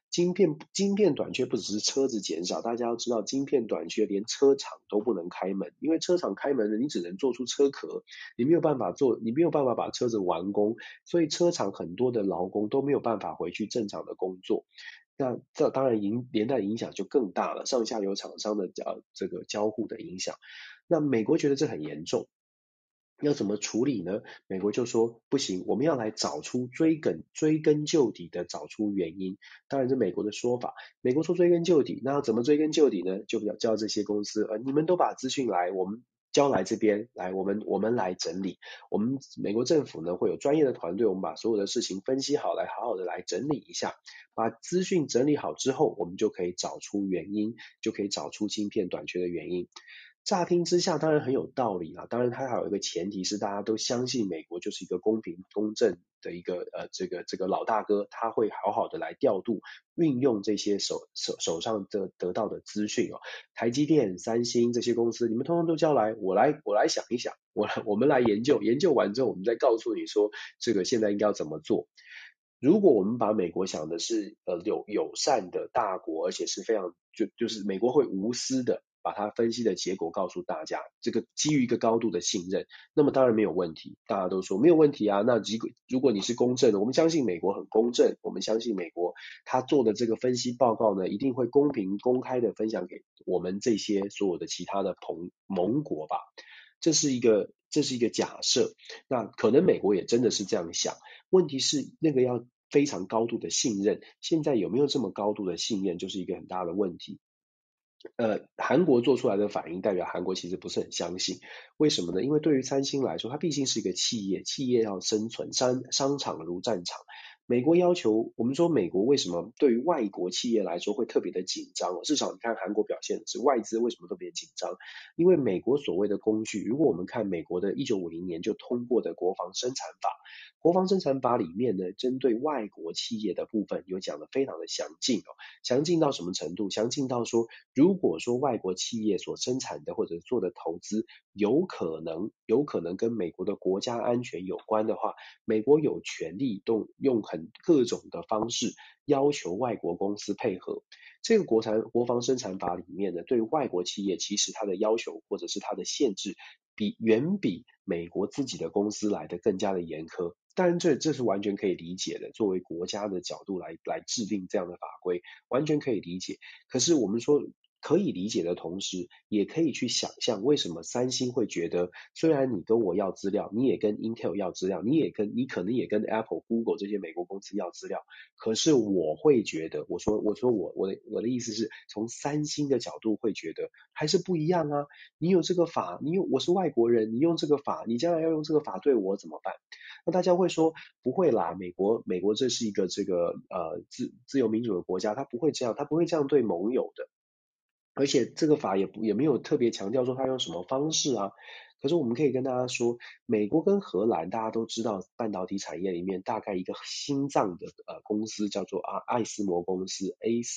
晶片短缺不只是车子减少，大家要知道晶片短缺连车厂都不能开门，因为车厂开门了，你只能做出车壳，你没有办法把车子完工，所以车厂很多的劳工都没有办法回去正常的工作。那这当然连带影响就更大了，上下游厂商的这个交互的影响。那美国觉得这很严重，要怎么处理呢？美国就说不行，我们要来找出追根究底的找出原因。当然是美国的说法，美国说追根究底，那要怎么追根究底呢？就要叫这些公司，你们都把资讯来，我们交来这边来，我们来整理。我们美国政府呢会有专业的团队，我们把所有的事情分析好来，好好的来整理一下，把资讯整理好之后，我们就可以找出原因，就可以找出晶片短缺的原因。乍听之下当然很有道理啊，当然它还有一个前提是大家都相信美国就是一个公平公正的一个这个老大哥，他会好好的来调度运用这些手上得到的资讯哦。台积电、三星这些公司，你们通通都交来，我来想一想，我们来研究，研究完之后我们再告诉你说这个现在应该要怎么做。如果我们把美国想的是友善的大国，而且是非常就是美国会无私的把它分析的结果告诉大家，这个基于一个高度的信任，那么当然没有问题，大家都说没有问题啊。那如果你是公正的，我们相信美国很公正，我们相信美国他做的这个分析报告呢，一定会公平公开的分享给我们这些所有的其他的盟国吧。这是一个假设，那可能美国也真的是这样想。问题是那个要非常高度的信任，现在有没有这么高度的信任，就是一个很大的问题。韩国做出来的反应代表韩国其实不是很相信，为什么呢？因为对于三星来说，它毕竟是一个企业，企业要生存，商场如战场。美国要求，我们说美国为什么对于外国企业来说会特别的紧张哦？至少你看韩国表现是外资为什么特别紧张？因为美国所谓的工具，如果我们看美国的1950年就通过的国防生产法，国防生产法里面呢，针对外国企业的部分有讲的非常的详尽哦。详尽到什么程度？详尽到说，如果说外国企业所生产的或者做的投资有可能跟美国的国家安全有关的话，美国有权利用各种的方式要求外国公司配合。这个国防生产法里面呢，对外国企业其实它的要求或者是它的限制，远比美国自己的公司来的更加的严苛。当然这是完全可以理解的，作为国家的角度来制定这样的法规，完全可以理解。可是我们说可以理解的同时，也可以去想象为什么三星会觉得，虽然你跟我要资料，你也跟 Intel 要资料，你可能也跟 Apple、Google 这些美国公司要资料，可是我会觉得，我的意思是从三星的角度会觉得还是不一样啊。你有这个法，我是外国人，你用这个法，你将来要用这个法对我怎么办？那大家会说不会啦，美国这是一个这个自由民主的国家，他不会这样，他不会这样对盟友的。而且这个法也没有特别强调说他用什么方式啊。可是我们可以跟大家说，美国跟荷兰大家都知道，半导体产业里面大概一个心脏的公司叫做艾斯摩公司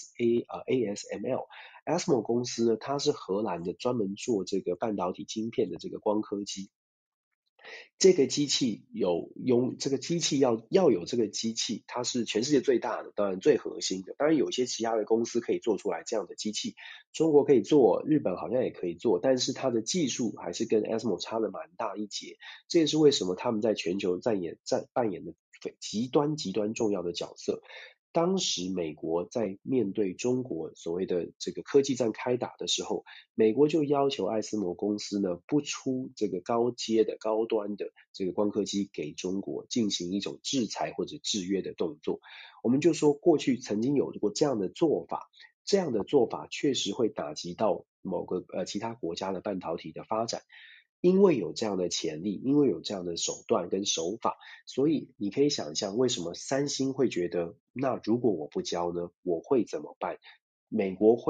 ASML。ASML 公司呢，它是荷兰的，专门做这个半导体晶片的这个光刻机。这个机器这个机器要有这个机器，它是全世界最大的，当然最核心的。当然有些其他的公司可以做出来这样的机器，中国可以做，日本好像也可以做，但是它的技术还是跟 ASML 差的蛮大一截。这也是为什么他们在全球扮演的极端重要的角色。当时美国在面对中国所谓的这个科技战开打的时候，美国就要求艾斯摩公司呢不出这个高阶的高端的这个光刻机给中国，进行一种制裁或者制约的动作。我们就说过去曾经有过这样的做法，这样的做法确实会打击到某个其他国家的半导体的发展。因为有这样的潜力，因为有这样的手段跟手法，所以你可以想象为什么三星会觉得，那如果我不交呢，我会怎么办？美国会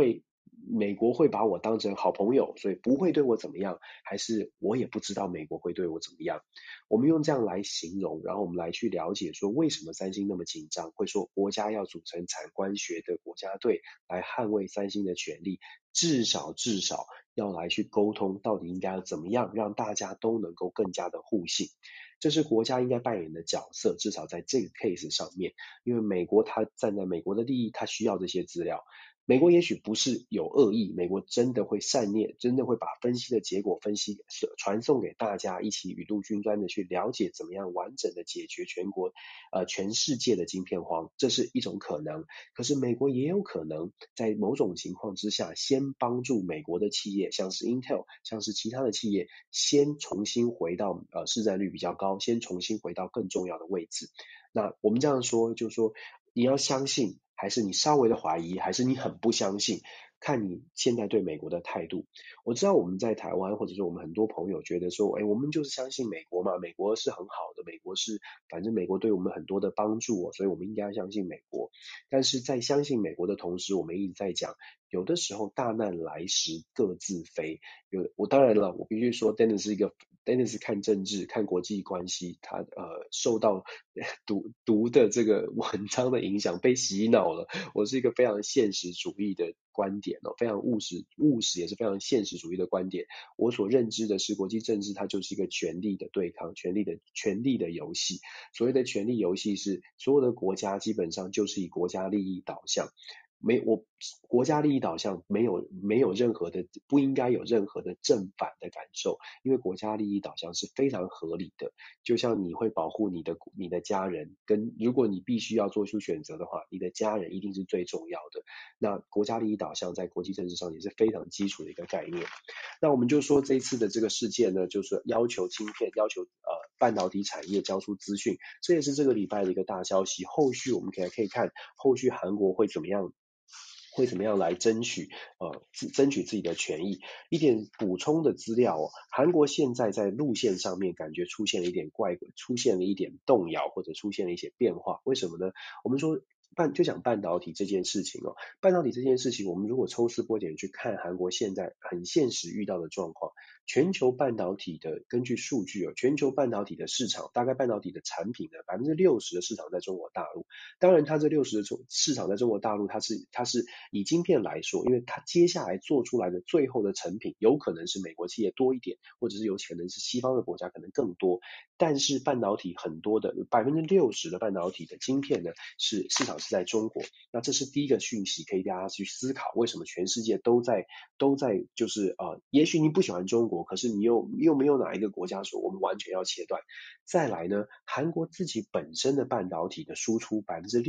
美国会把我当成好朋友，所以不会对我怎么样，还是我也不知道美国会对我怎么样？我们用这样来形容，然后我们来去了解说为什么三星那么紧张，会说国家要组成产官学的国家队来捍卫三星的权利，至少要来去沟通到底应该要怎么样让大家都能够更加的互信。这是国家应该扮演的角色，至少在这个 case 上面，因为美国它站在美国的利益，它需要这些资料。美国也许不是有恶意，美国真的会善念，真的会把分析的结果分析传送给大家，一起雨露均沾的去了解怎么样完整的解决全世界的晶片荒，这是一种可能。可是美国也有可能在某种情况之下，先帮助美国的企业，像是 Intel，像是其他的企业，先重新回到市占率比较高，先重新回到更重要的位置。那我们这样说，就是说你要相信，还是你稍微的怀疑，还是你很不相信，看你现在对美国的态度。我知道我们在台湾，或者说我们很多朋友觉得说，哎，我们就是相信美国嘛，美国是很好的，美国是反正美国对我们很多的帮助哦，所以我们应该相信美国。但是在相信美国的同时，我们一直在讲，有的时候大难来时各自飞。我当然了，我必须说，Dennis 看政治、看国际关系，他受到读的这个文章的影响，被洗脑了。我是一个非常现实主义的观点哦，非常务实也是非常现实主义的观点。我所认知的是，国际政治它就是一个权力的对抗，权力的游戏。所谓的权力游戏是所有的国家基本上就是以国家利益导向。国家利益导向没有任何的不应该有任何的正反的感受，因为国家利益导向是非常合理的。就像你会保护你的家人，跟如果你必须要做出选择的话，你的家人一定是最重要的。那国家利益导向在国际政治上也是非常基础的一个概念。那我们就说这一次的这个事件呢，就是要求晶片，要求半导体产业交出资讯，这也是这个礼拜的一个大消息。后续我们可以看后续韩国会怎么样来争取自己的权益。一点补充的资料哦，韩国现在在路线上面感觉出现了一点出现了一点动摇，或者出现了一些变化。为什么呢？我们说就讲半导体这件事情哦，半导体这件事情，我们如果抽丝剥茧去看韩国现在很现实遇到的状况，全球半导体的根据数据哦，全球半导体的市场大概半导体的产品的60%的市场在中国大陆。当然，它这60%的市场在中国大陆，它是以晶片来说，因为它接下来做出来的最后的成品，有可能是美国企业多一点，或者是有可能是西方的国家可能更多。但是半导体很多的60%的半导体的晶片呢，市场是在中国。那这是第一个讯息，可以大家去思考，为什么全世界都在就是也许你不喜欢中国，可是你又没有哪一个国家说我们完全要切断。再来呢，韩国自己本身的半导体的输出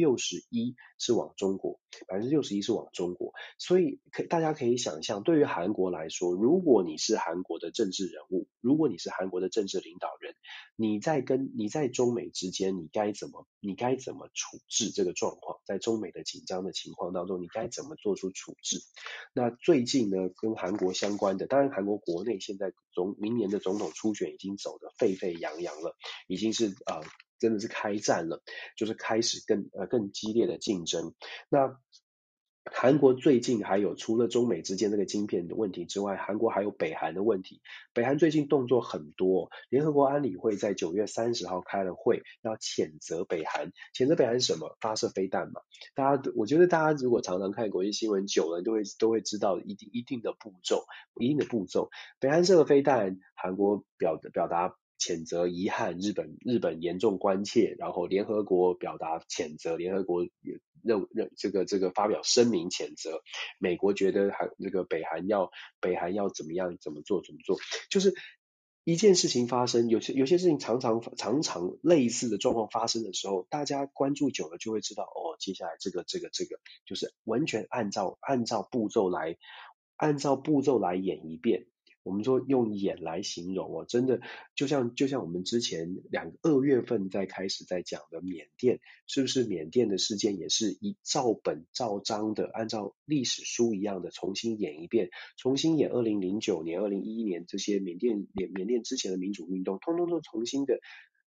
61%是往中国，61%是往中国，所以大家可以想象，对于韩国来说，如果你是韩国的政治人物，如果你是韩国的政治领导人，你在中美之间，你该怎么处置这个状况？在中美的紧张的情况当中，你该怎么做出处置？那最近呢，跟韩国相关的，当然韩国国内现在明年的总统初选已经走得沸沸扬扬了，已经是真的是开战了，就是开始更激烈的竞争。那韩国最近还有除了中美之间这个晶片的问题之外，韩国还有北韩的问题。北韩最近动作很多，联合国安理会在9月30号开了会，要谴责北韩。谴责北韩什么？发射飞弹嘛。我觉得大家如果常常看国际新闻久了，都会知道一定的步骤，北韩射了飞弹，韩国表达谴责遗憾，日本严重关切，然后联合国表达谴责，联合国也这个发表声明谴责，美国觉得这个北韩要怎么样怎么做，就是一件事情发生，有些事情常常类似的状况发生的时候，大家关注久了就会知道，哦，接下来这个就是完全按照步骤来演一遍。我们说用演来形容哦，真的就像我们之前2月份开始在讲的缅甸，是不是缅甸的事件也是照本照章的按照历史书一样的重新演一遍，重新演2009年、2011年这些缅甸之前的民主运动，通通都重新的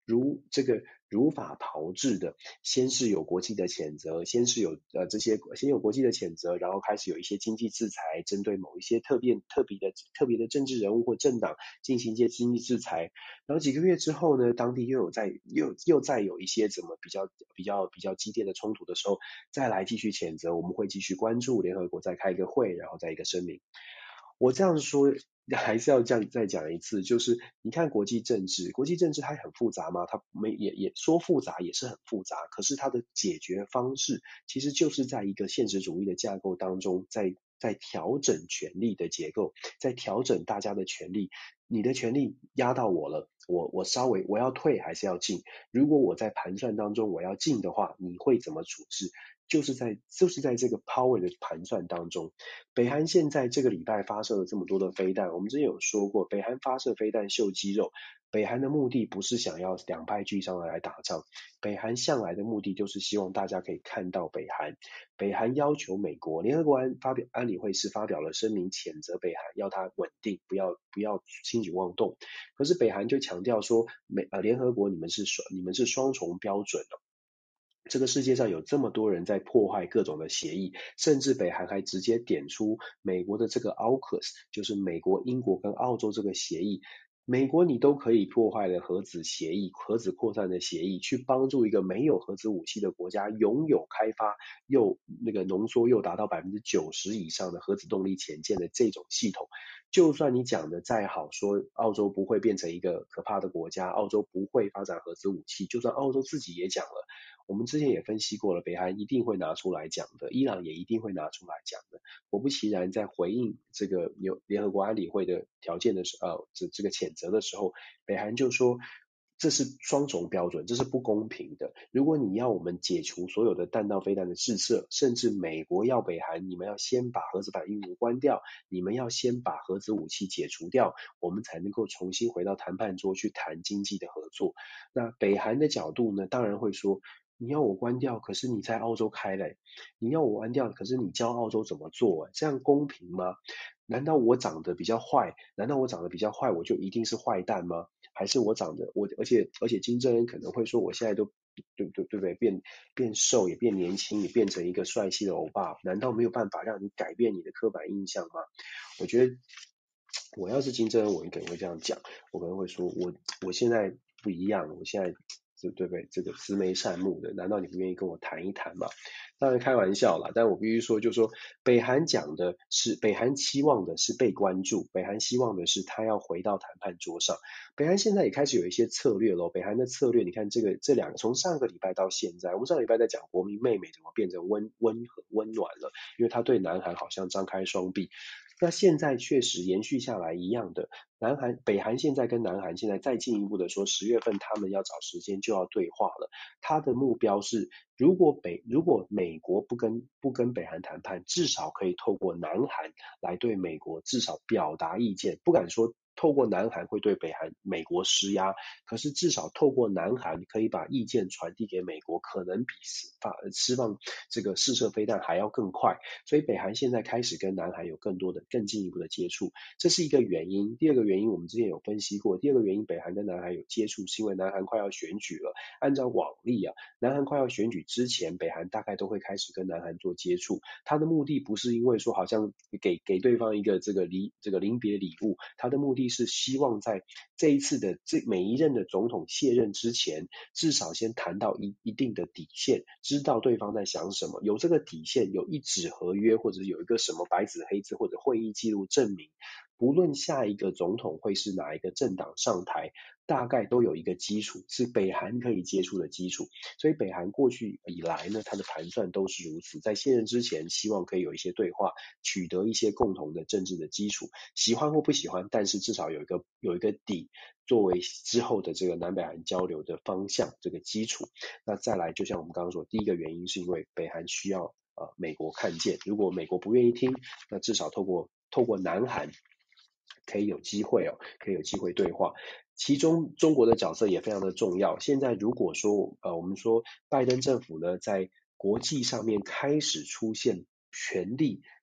如法炮制的，先是有国际的谴责，先有国际的谴责，然后开始有一些经济制裁，针对某一些特别的政治人物或政党进行一些经济制裁。然后几个月之后呢，当地又再有一些怎么比较激烈的冲突的时候，再来继续谴责，我们会继续关注，联合国再开一个会，然后再一个声明。我这样说还是要这样再讲一次，就是你看国际政治，国际政治它很复杂吗？它也说复杂也是很复杂，可是它的解决方式其实就是在一个现实主义的架构当中，在调整权力的结构，在调整大家的权利。你的权利压到我了，我稍微我要退还是要进？如果我在盘算当中我要进的话，你会怎么处置？就是在这个 power 的盘算当中，北韩现在这个礼拜发射了这么多的飞弹，我们之前有说过，北韩发射飞弹秀肌肉，北韩的目的不是想要两败俱伤的来打仗，北韩向来的目的就是希望大家可以看到北韩。北韩要求美国联合国安理会是发表了声明谴责北韩，要它稳定，不要轻举妄动。可是北韩就强调说，联合国你们是双重标准的。这个世界上有这么多人在破坏各种的协议，甚至北韩还直接点出美国的这个 AUKUS，就是美国、英国跟澳洲这个协议，美国你都可以破坏了核子协议、核子扩散的协议，去帮助一个没有核子武器的国家拥有开发又那个浓缩又达到90%以上的核子动力潜舰的这种系统。就算你讲的再好，说澳洲不会变成一个可怕的国家，澳洲不会发展核子武器，就算澳洲自己也讲了。我们之前也分析过了，北韩一定会拿出来讲的，伊朗也一定会拿出来讲的。果不其然，在回应这个联合国安理会的条件的这个谴责的时候，北韩就说这是双重标准，这是不公平的。如果你要我们解除所有的弹道飞弹的试射，甚至美国要北韩，你们要先把核子反应炉关掉，你们要先把核子武器解除掉，我们才能够重新回到谈判桌去谈经济的合作。那北韩的角度呢，当然会说，你要我关掉，可是你在澳洲开嘞，你要我关掉，可是你教澳洲怎么做，这样公平吗？难道我长得比较坏？难道我长得比较坏，我就一定是坏蛋吗？还是我长得而且金正恩可能会说，我现在都对不对？变瘦也变年轻，也变成一个帅气的欧巴，难道没有办法让你改变你的刻板印象吗？我觉得我要是金正恩，我可能会这样讲，我可能会说，我现在不一样，我现在对不对？这个慈眉善目的，难道你不愿意跟我谈一谈吗？当然开玩笑啦，但我必须说，就是说，北韩期望的是被关注，北韩希望的是他要回到谈判桌上。北韩现在也开始有一些策略咯，北韩的策略，你看这两个，从上个礼拜到现在，我们上个礼拜在讲国民妹妹怎么变成温和温暖了，因为他对南韩好像张开双臂。那现在确实延续下来一样的，北韩现在跟南韩现在再进一步的说，10月份他们要找时间就要对话了。他的目标是，如果美国不跟北韩谈判，至少可以透过南韩来对美国至少表达意见，不敢说透过南韩会对美国施压，可是至少透过南韩可以把意见传递给美国，可能比释放这个试射飞弹还要更快。所以北韩现在开始跟南韩有更进一步的接触，这是一个原因。第二个原因我们之前有分析过，第二个原因北韩跟南韩有接触，是因为南韩快要选举了。按照往例啊，南韩快要选举之前，北韩大概都会开始跟南韩做接触。他的目的不是因为说好像给对方一个这个临别礼物，他的目的是希望在这一次的每一任的总统卸任之前，至少先谈到一定的底线，知道对方在想什么，有这个底线，有一纸合约，或者有一个什么白纸黑字或者会议记录证明，不论下一个总统会是哪一个政党上台，大概都有一个基础，是北韩可以接触的基础。所以北韩过去以来呢，它的盘算都是如此，在卸任之前，希望可以有一些对话，取得一些共同的政治的基础，喜欢或不喜欢，但是至少有一个底，作为之后的这个南北韩交流的方向，这个基础。那再来，就像我们刚刚说，第一个原因是因为北韩需要美国看见，如果美国不愿意听，那至少透过南韩可以有机会可以有机会对话。其中中国的角色也非常的重要。现在如果说我们说拜登政府呢，在国际上面开始出现权力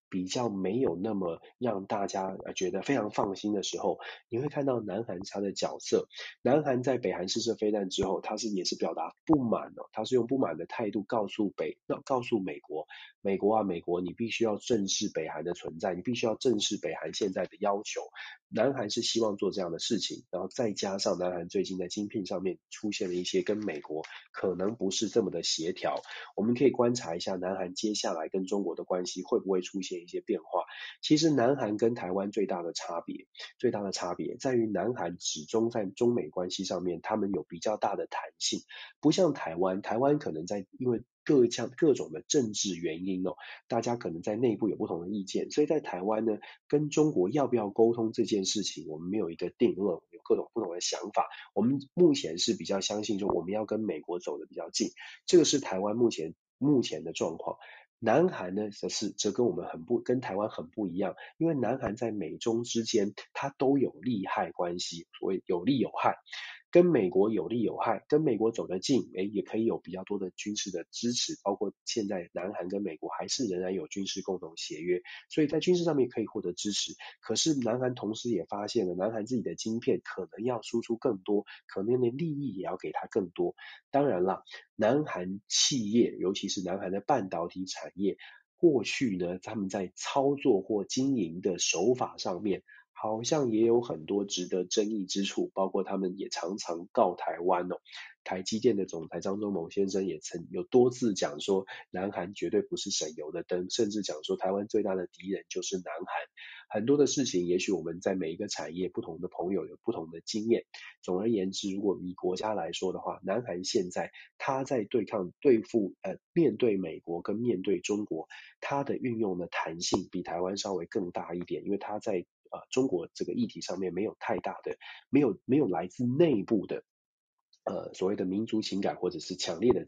比较没有那么让大家觉得非常放心的时候，你会看到南韩它的角色。南韩在北韩试射飞弹之后，也是表达不满哦，他是用不满的态度告诉美国，美国你必须要正视北韩的存在，你必须要正视北韩现在的要求。南韩是希望做这样的事情，然后再加上南韩最近在晶片上面出现了一些跟美国可能不是这么的协调，我们可以观察一下南韩接下来跟中国的关系会不会出现一些变化。其实南韩跟台湾最大的差别在于南韩始终在中美关系上面，他们有比较大的弹性，不像台湾，台湾可能因为各种的政治原因哦，大家可能在内部有不同的意见，所以在台湾呢，跟中国要不要沟通这件事情，我们没有一个定论，有各种不同的想法。我们目前是比较相信说我们要跟美国走得比较近，这个是台湾目前的状况。南韩呢，则跟台湾很不一样，因为南韩在美中之间，它都有利害关系，所谓有利有害。跟美国有利有害，跟美国走得近，也可以有比较多的军事的支持，包括现在南韩跟美国还是仍然有军事共同协约，所以在军事上面可以获得支持。可是南韩同时也发现了，南韩自己的晶片可能要输出更多，可能的利益也要给他更多。当然啦，南韩企业，尤其是南韩的半导体产业，过去呢，他们在操作或经营的手法上面，好像也有很多值得争议之处，包括他们也常常告台湾哦。台积电的总裁张忠谋先生也曾有多次讲说，南韩绝对不是省油的灯，甚至讲说台湾最大的敌人就是南韩。很多的事情，也许我们在每一个产业不同的朋友有不同的经验。总而言之，如果以国家来说的话，南韩现在他在面对美国跟面对中国，它的运用的弹性比台湾稍微更大一点，因为它在中国这个议题上面没有太大的，没有来自内部的所谓的民族情感或者是强烈的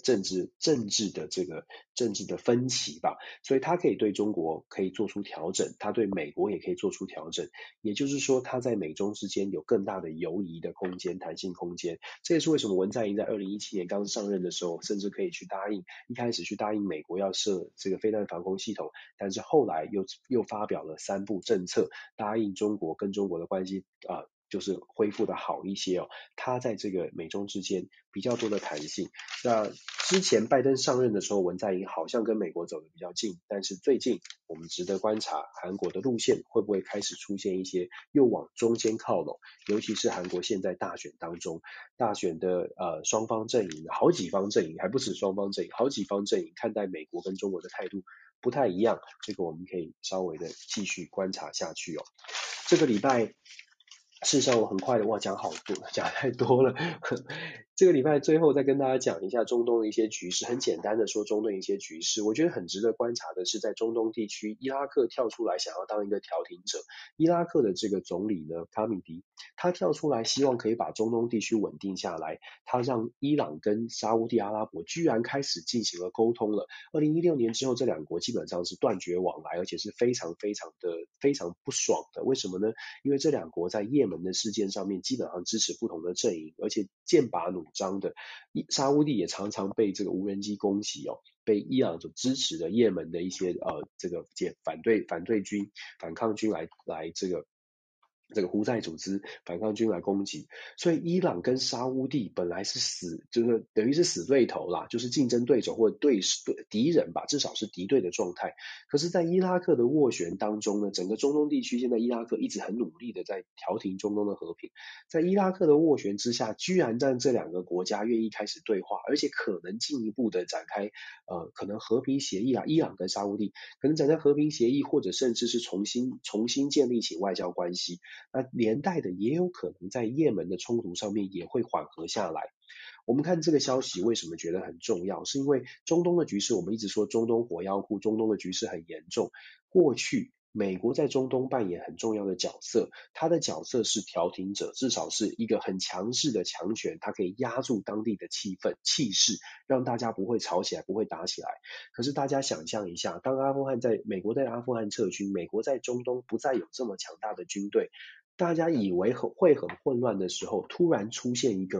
政治的分歧吧，所以他可以对中国可以做出调整，他对美国也可以做出调整，也就是说他在美中之间有更大的游移的空间、弹性空间。这也是为什么文在寅在2017年刚上任的时候，甚至可以一开始去答应美国要设这个飞弹防空系统，但是后来又发表了3部政策，答应中国跟中国的关系就是恢复的好一些哦。他在这个美中之间比较多的弹性。那之前拜登上任的时候，文在寅好像跟美国走得比较近，但是最近我们值得观察韩国的路线会不会开始出现一些又往中间靠拢，尤其是韩国现在大选当中，大选的双方阵营，好几方阵营，还不止双方阵营，好几方阵营看待美国跟中国的态度不太一样，这个我们可以稍微的继续观察下去哦。这个礼拜，事实上我很快的，哇，讲好多，讲太多了。这个礼拜最后再跟大家讲一下中东的一些局势，很简单的说中东一些局势，我觉得很值得观察的是，在中东地区，伊拉克跳出来想要当一个调停者。伊拉克的这个总理呢，卡米迪，他跳出来希望可以把中东地区稳定下来，他让伊朗跟沙乌地阿拉伯居然开始进行了沟通了。2016年之后，这两国基本上是断绝往来，而且是非常不爽的。为什么呢？因为这两国在也门的事件上面基本上支持不同的阵营，而且剑拔弩张的。沙乌地也常常被这个无人机攻击哦，被伊朗所支持的也门的一些这个反抗军来这个胡塞组织反抗军来攻击，所以伊朗跟沙乌地本来是就是等于是死对头啦，就是竞争对手或者敌人吧，至少是敌对的状态。可是，在伊拉克的斡旋当中呢，整个中东地区现在伊拉克一直很努力的在调停中东的和平，在伊拉克的斡旋之下，居然让这两个国家愿意开始对话，而且可能进一步的展开可能和平协议啦，伊朗跟沙乌地可能展开和平协议，或者甚至是重新建立起外交关系。那连带的也有可能在也门的冲突上面也会缓和下来。我们看这个消息为什么觉得很重要，是因为中东的局势，我们一直说中东火药库，中东的局势很严重。过去美国在中东扮演很重要的角色，它的角色是调停者，至少是一个很强势的强权，它可以压住当地的气势，让大家不会吵起来，不会打起来。可是大家想象一下，当美国在阿富汗撤军，美国在中东不再有这么强大的军队，大家以为会很混乱的时候，突然出现一个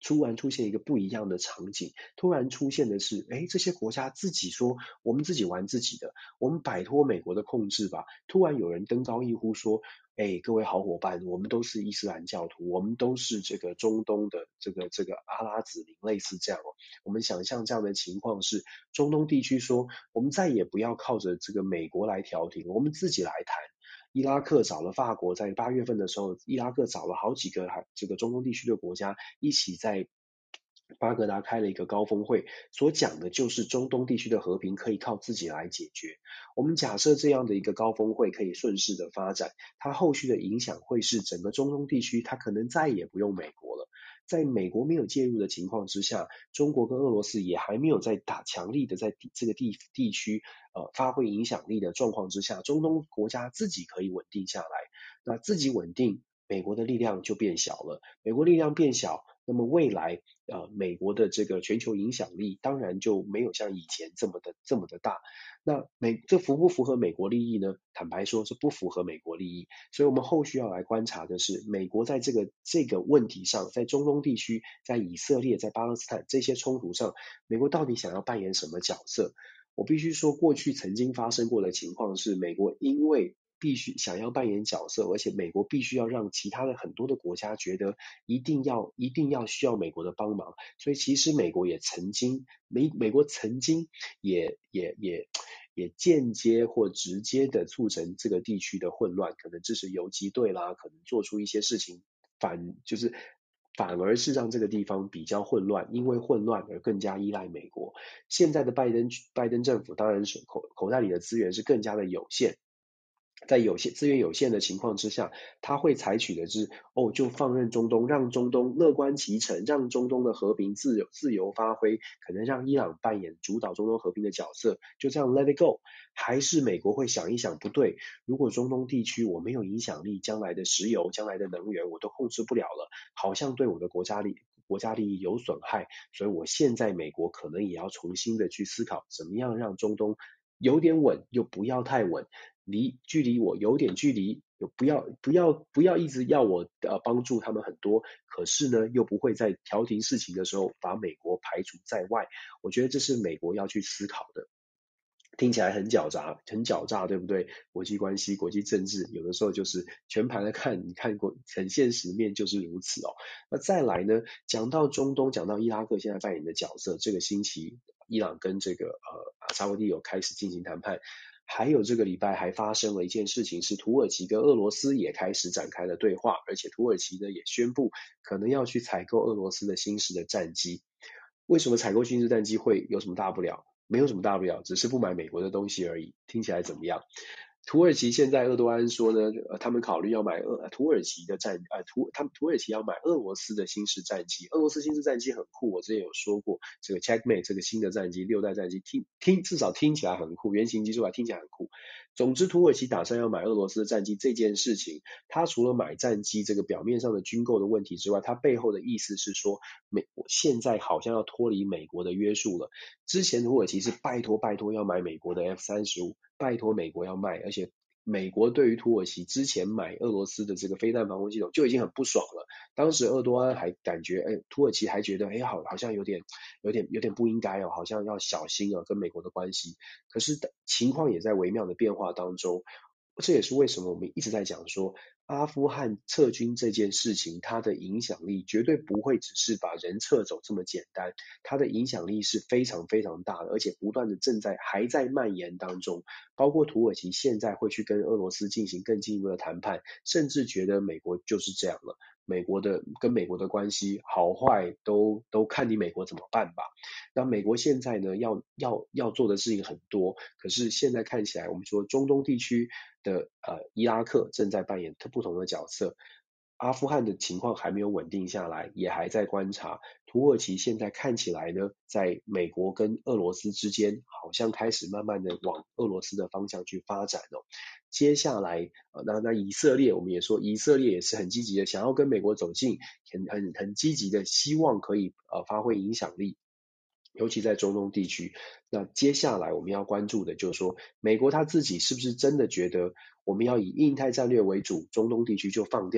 突然出现一个不一样的场景，突然出现的是，这些国家自己说我们自己玩自己的，我们摆脱美国的控制吧。突然有人登高一呼说，各位好伙伴，我们都是伊斯兰教徒，我们都是这个中东的这个阿拉子民，类似这样哦。我们想象这样的情况是，中东地区说，我们再也不要靠着这个美国来调停，我们自己来谈。伊拉克找了法国，在8月份的时候，伊拉克找了好几个这个中东地区的国家一起在巴格达开了一个高峰会，所讲的就是中东地区的和平可以靠自己来解决。我们假设这样的一个高峰会可以顺势的发展，它后续的影响会是整个中东地区，它可能再也不用美国了。在美国没有介入的情况之下，中国跟俄罗斯也还没有在强力的在这个地区发挥影响力的状况之下，中东国家自己可以稳定下来。那自己稳定，美国的力量就变小了。美国力量变小，那么未来美国的这个全球影响力当然就没有像以前这么的大。那这符不符合美国利益呢？坦白说，这不符合美国利益。所以我们后续要来观察的是，美国在这个问题上，在中东地区，在以色列、在巴勒斯坦这些冲突上，美国到底想要扮演什么角色？我必须说，过去曾经发生过的情况是，美国因为必须想要扮演角色，而且美国必须要让其他的很多的国家觉得一定要需要美国的帮忙，所以其实美国也曾经美国曾经也间接或直接的促成这个地区的混乱，可能支持游击队啦，可能做出一些事情反而是让这个地方比较混乱，因为混乱而更加依赖美国。现在的拜登政府当然是口袋里的资源是更加的有限，在资源有限的情况之下，他会采取的是就放任中东，让中东乐观其成，让中东的和平自由发挥，可能让伊朗扮演主导中东和平的角色，就这样 let it go。还是美国会想一想，不对，如果中东地区我没有影响力，将来的石油、将来的能源我都控制不了了，好像对我的国家利益有损害，所以我现在美国可能也要重新的去思考，怎么样让中东有点稳又不要太稳，距离我有点距离，不要一直要我帮助他们很多，可是呢又不会在调停事情的时候把美国排除在外。我觉得这是美国要去思考的。听起来很狡诈，对不对？国际关系、国际政治，有的时候就是全盘的看，你看过很现实面就是如此哦。那再来呢，讲到中东，讲到伊拉克现在扮演的角色，这个星期伊朗跟这个沙烏地有开始进行谈判，还有这个礼拜还发生了一件事情，是土耳其跟俄罗斯也开始展开了对话，而且土耳其呢也宣布可能要去采购俄罗斯的新式的战机。为什么采购新式战机会有什么大不了？没有什么大不了，只是不买美国的东西而已。听起来怎么样？土耳其现在鄂多安说呢，他们考虑要买土耳其的土耳其要买俄罗斯的新式战机。俄罗斯新式战机很酷，我之前有说过，这个 Checkmate 这个新的战机6代战机至少听起来很酷，原型机出来听起来很酷。总之，土耳其打算要买俄罗斯的战机这件事情，它除了买战机这个表面上的军购的问题之外，它背后的意思是说，美国现在好像要脱离美国的约束了。之前土耳其是拜托要买美国的 F-35，拜托美国要卖，而且美国对于土耳其之前买俄罗斯的这个飞弹防空系统就已经很不爽了。当时鄂多安还感觉，土耳其还觉得，好像有点不应该哦，好像要小心啊，跟美国的关系。可是情况也在微妙的变化当中。这也是为什么我们一直在讲说，阿富汗撤军这件事情，它的影响力绝对不会只是把人撤走这么简单，它的影响力是非常非常大的，而且不断的还在蔓延当中。包括土耳其现在会去跟俄罗斯进行更进一步的谈判，甚至觉得美国就是这样了，跟美国的关系好坏都看你美国怎么办吧。那美国现在呢，要做的事情很多，可是现在看起来，我们说中东地区的伊拉克正在扮演不同的角色，阿富汗的情况还没有稳定下来，也还在观察。土耳其现在看起来呢，在美国跟俄罗斯之间，好像开始慢慢的往俄罗斯的方向去发展哦。接下来，那以色列，我们也说以色列也是很积极的，想要跟美国走近，很积极的，希望可以发挥影响力。尤其在中东地区，那接下来我们要关注的就是说，美国他自己是不是真的觉得我们要以印太战略为主，中东地区就放掉？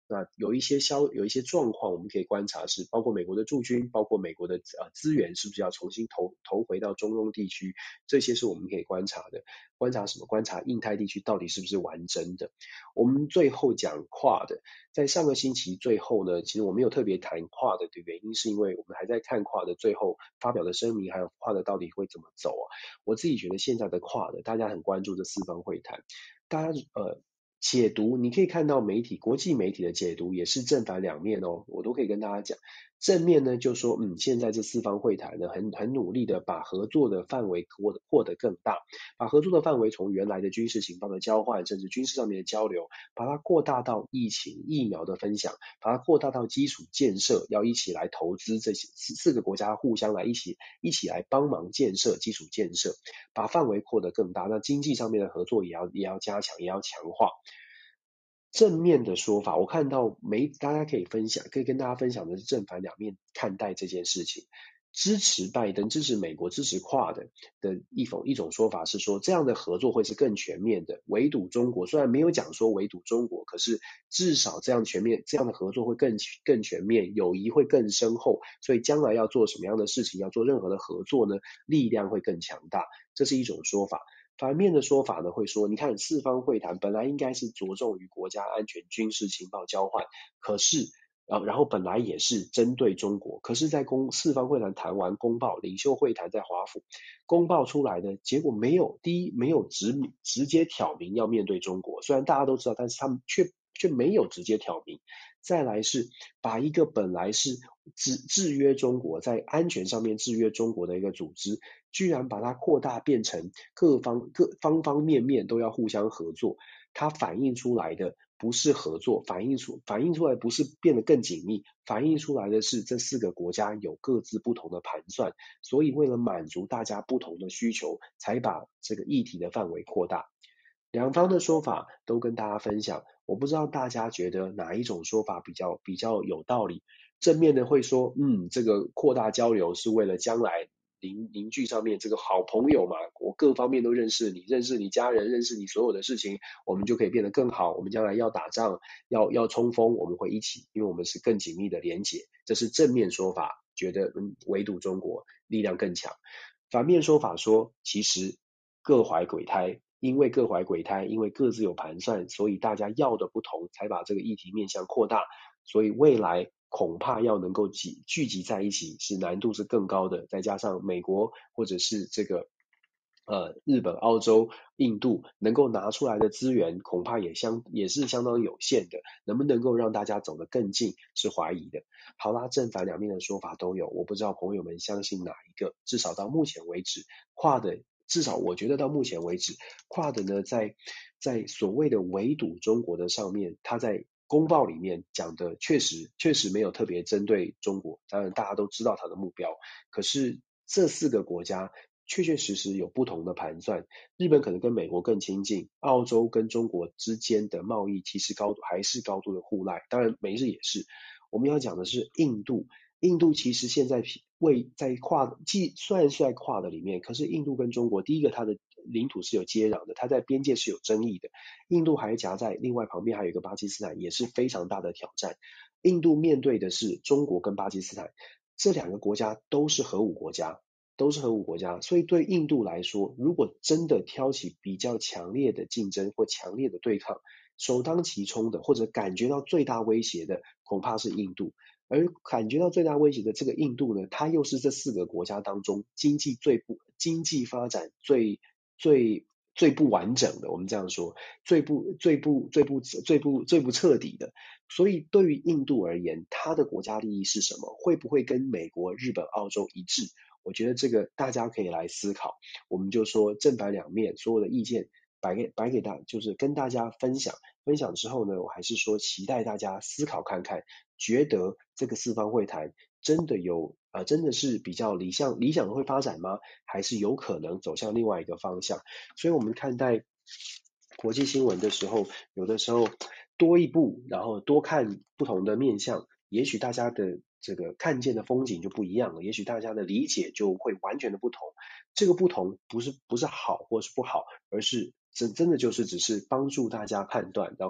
那有一些状况我们可以观察是，包括美国的驻军，包括美国的资源是不是要重新投回到中东地区，这些是我们可以观察的。观察什么？观察印太地区到底是不是完整的。我们最后讲跨的，在上个星期最后呢，其实我没有特别谈跨的原因，是因为我们还在看跨的最后发表的声明，还有跨的到底会怎么走啊。我自己觉得现在的跨的，大家很关注这四方会谈，大家解读，你可以看到国际媒体的解读也是正反两面哦，我都可以跟大家讲。正面呢就说，现在这四方会谈呢很努力的把合作的范围扩得更大，把合作的范围从原来的军事情报的交换，甚至军事上面的交流，把它扩大到疫情疫苗的分享，把它扩大到基础建设，要一起来投资，这些四个国家互相来一起来帮忙建设基础建设，把范围扩得更大。那经济上面的合作也要加强，也要强化。正面的说法，我看到大家可以跟大家分享的是正反两面看待这件事情。支持拜登、支持美国、支持跨的一种说法是说，这样的合作会是更全面的。围堵中国，虽然没有讲说围堵中国，可是至少这样的合作会更全面，友谊会更深厚。所以将来要做什么样的事情，要做任何的合作呢，力量会更强大，这是一种说法。反面的说法呢，会说，你看四方会谈本来应该是着重于国家安全、军事情报交换，可是然后本来也是针对中国，可是在四方会谈谈完公报，领袖会谈在华府公报出来的结果第一没有直接挑明要面对中国，虽然大家都知道，但是他们却没有直接挑明。再来是把一个本来是制约中国，在安全上面制约中国的一个组织，居然把它扩大变成方方面面都要互相合作，它反映出来的不是合作，反映出来不是变得更紧密，反映出来的是这四个国家有各自不同的盘算，所以为了满足大家不同的需求，才把这个议题的范围扩大。两方的说法都跟大家分享，我不知道大家觉得哪一种说法比较有道理。正面的会说，这个扩大交流是为了将来凝聚上面这个好朋友嘛，我各方面都认识你，认识你家人，认识你所有的事情，我们就可以变得更好。我们将来要打仗，要冲锋，我们会一起，因为我们是更紧密的连结。这是正面说法，觉得围堵中国力量更强。反面说法说，其实各怀鬼胎，因为各怀鬼胎，因为各自有盘算，所以大家要的不同，才把这个议题面向扩大。所以未来恐怕要能够聚集在一起，难度是更高的。再加上美国或者是这个日本、澳洲、印度能够拿出来的资源，恐怕也是相当有限的。能不能够让大家走得更近，是怀疑的。好啦，正反两面的说法都有，我不知道朋友们相信哪一个。至少到目前为止，至少我觉得到目前为止，跨的呢，在所谓的围堵中国的上面，他在公报里面讲的确实没有特别针对中国，当然大家都知道他的目标。可是这四个国家确实有不同的盘算，日本可能跟美国更亲近，澳洲跟中国之间的贸易其实还是高度的互赖，当然美日也是。我们要讲的是印度，印度其实现在虽然是在跨的里面，可是印度跟中国，第一个它的领土是有接壤的，它在边界是有争议的。印度还夹在另外旁边还有一个巴基斯坦，也是非常大的挑战。印度面对的是中国跟巴基斯坦，这两个国家都是核武国家。所以对印度来说，如果真的挑起比较强烈的竞争或强烈的对抗，首当其冲的或者感觉到最大威胁的，恐怕是印度。而感觉到最大威胁的这个印度呢，它又是这四个国家当中经济发展最不完整的，我们这样说，最不彻底的。所以对于印度而言，它的国家利益是什么？会不会跟美国、日本、澳洲一致？我觉得这个大家可以来思考。我们就说正反两面，所有的意见摆给就是跟大家分享。分享之后呢，我还是说期待大家思考看看，觉得这个四方会谈真的是比较理想的会发展吗？还是有可能走向另外一个方向？所以我们看待国际新闻的时候，有的时候多一步，然后多看不同的面向，也许大家的这个看见的风景就不一样了，也许大家的理解就会完全的不同。这个不同不是好或是不好，而是真的就是只是帮助大家判断，然后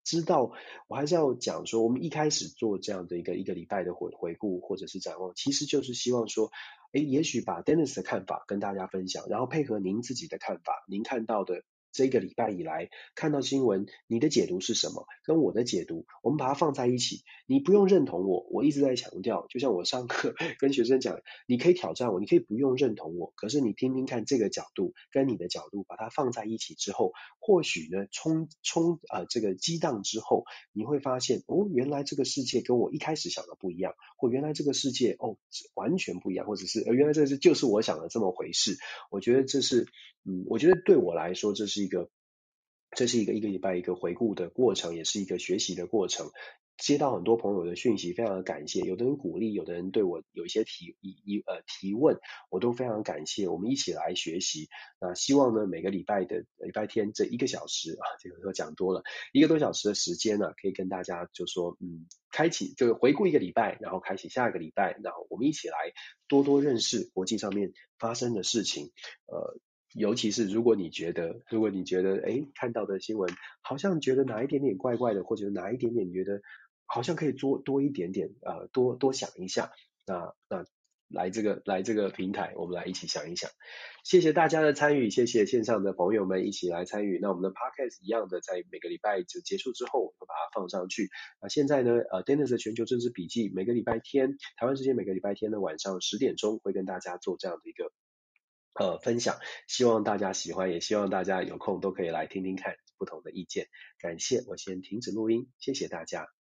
知道，我还是要讲说，我们一开始做这样的一个礼拜的回顾或者是展望，其实就是希望说，也许把 Dennis 的看法跟大家分享，然后配合您自己的看法，您看到的这个礼拜以来看到新闻，你的解读是什么？跟我的解读，我们把它放在一起。你不用认同我，我一直在强调，就像我上课跟学生讲，你可以挑战我，你可以不用认同我，可是你听听看这个角度跟你的角度，把它放在一起之后，或许呢，这个激荡之后，你会发现哦，原来这个世界跟我一开始想的不一样，或原来这个世界完全不一样，或者是原来就是我想的这么回事。我觉得这是我觉得对我来说，这是一个礼拜一个回顾的过程，也是一个学习的过程。接到很多朋友的讯息，非常的感谢。有的人鼓励，有的人对我有一些提问，我都非常感谢。我们一起来学习。那希望呢，每个礼拜的礼拜天这1个小时啊，这个说讲多了，1个多小时的时间呢，可以跟大家就说开启就是回顾一个礼拜，然后开启下一个礼拜，然后我们一起来多多认识国际上面发生的事情。尤其是如果你觉得看到的新闻好像觉得哪一点点怪怪的，或者哪一点点觉得好像可以多一点点多想一下，那来这个平台，我们来一起想一想。谢谢大家的参与，谢谢线上的朋友们一起来参与。那我们的 podcast 一样的，在每个礼拜就结束之后，我会把它放上去。现在呢，Dennis 的全球政治笔记每个礼拜天，台湾时间每个礼拜天的晚上10点钟会跟大家做这样的一个分享，希望大家喜欢，也希望大家有空都可以来听听看不同的意见。感谢，我先停止录音，谢谢大家。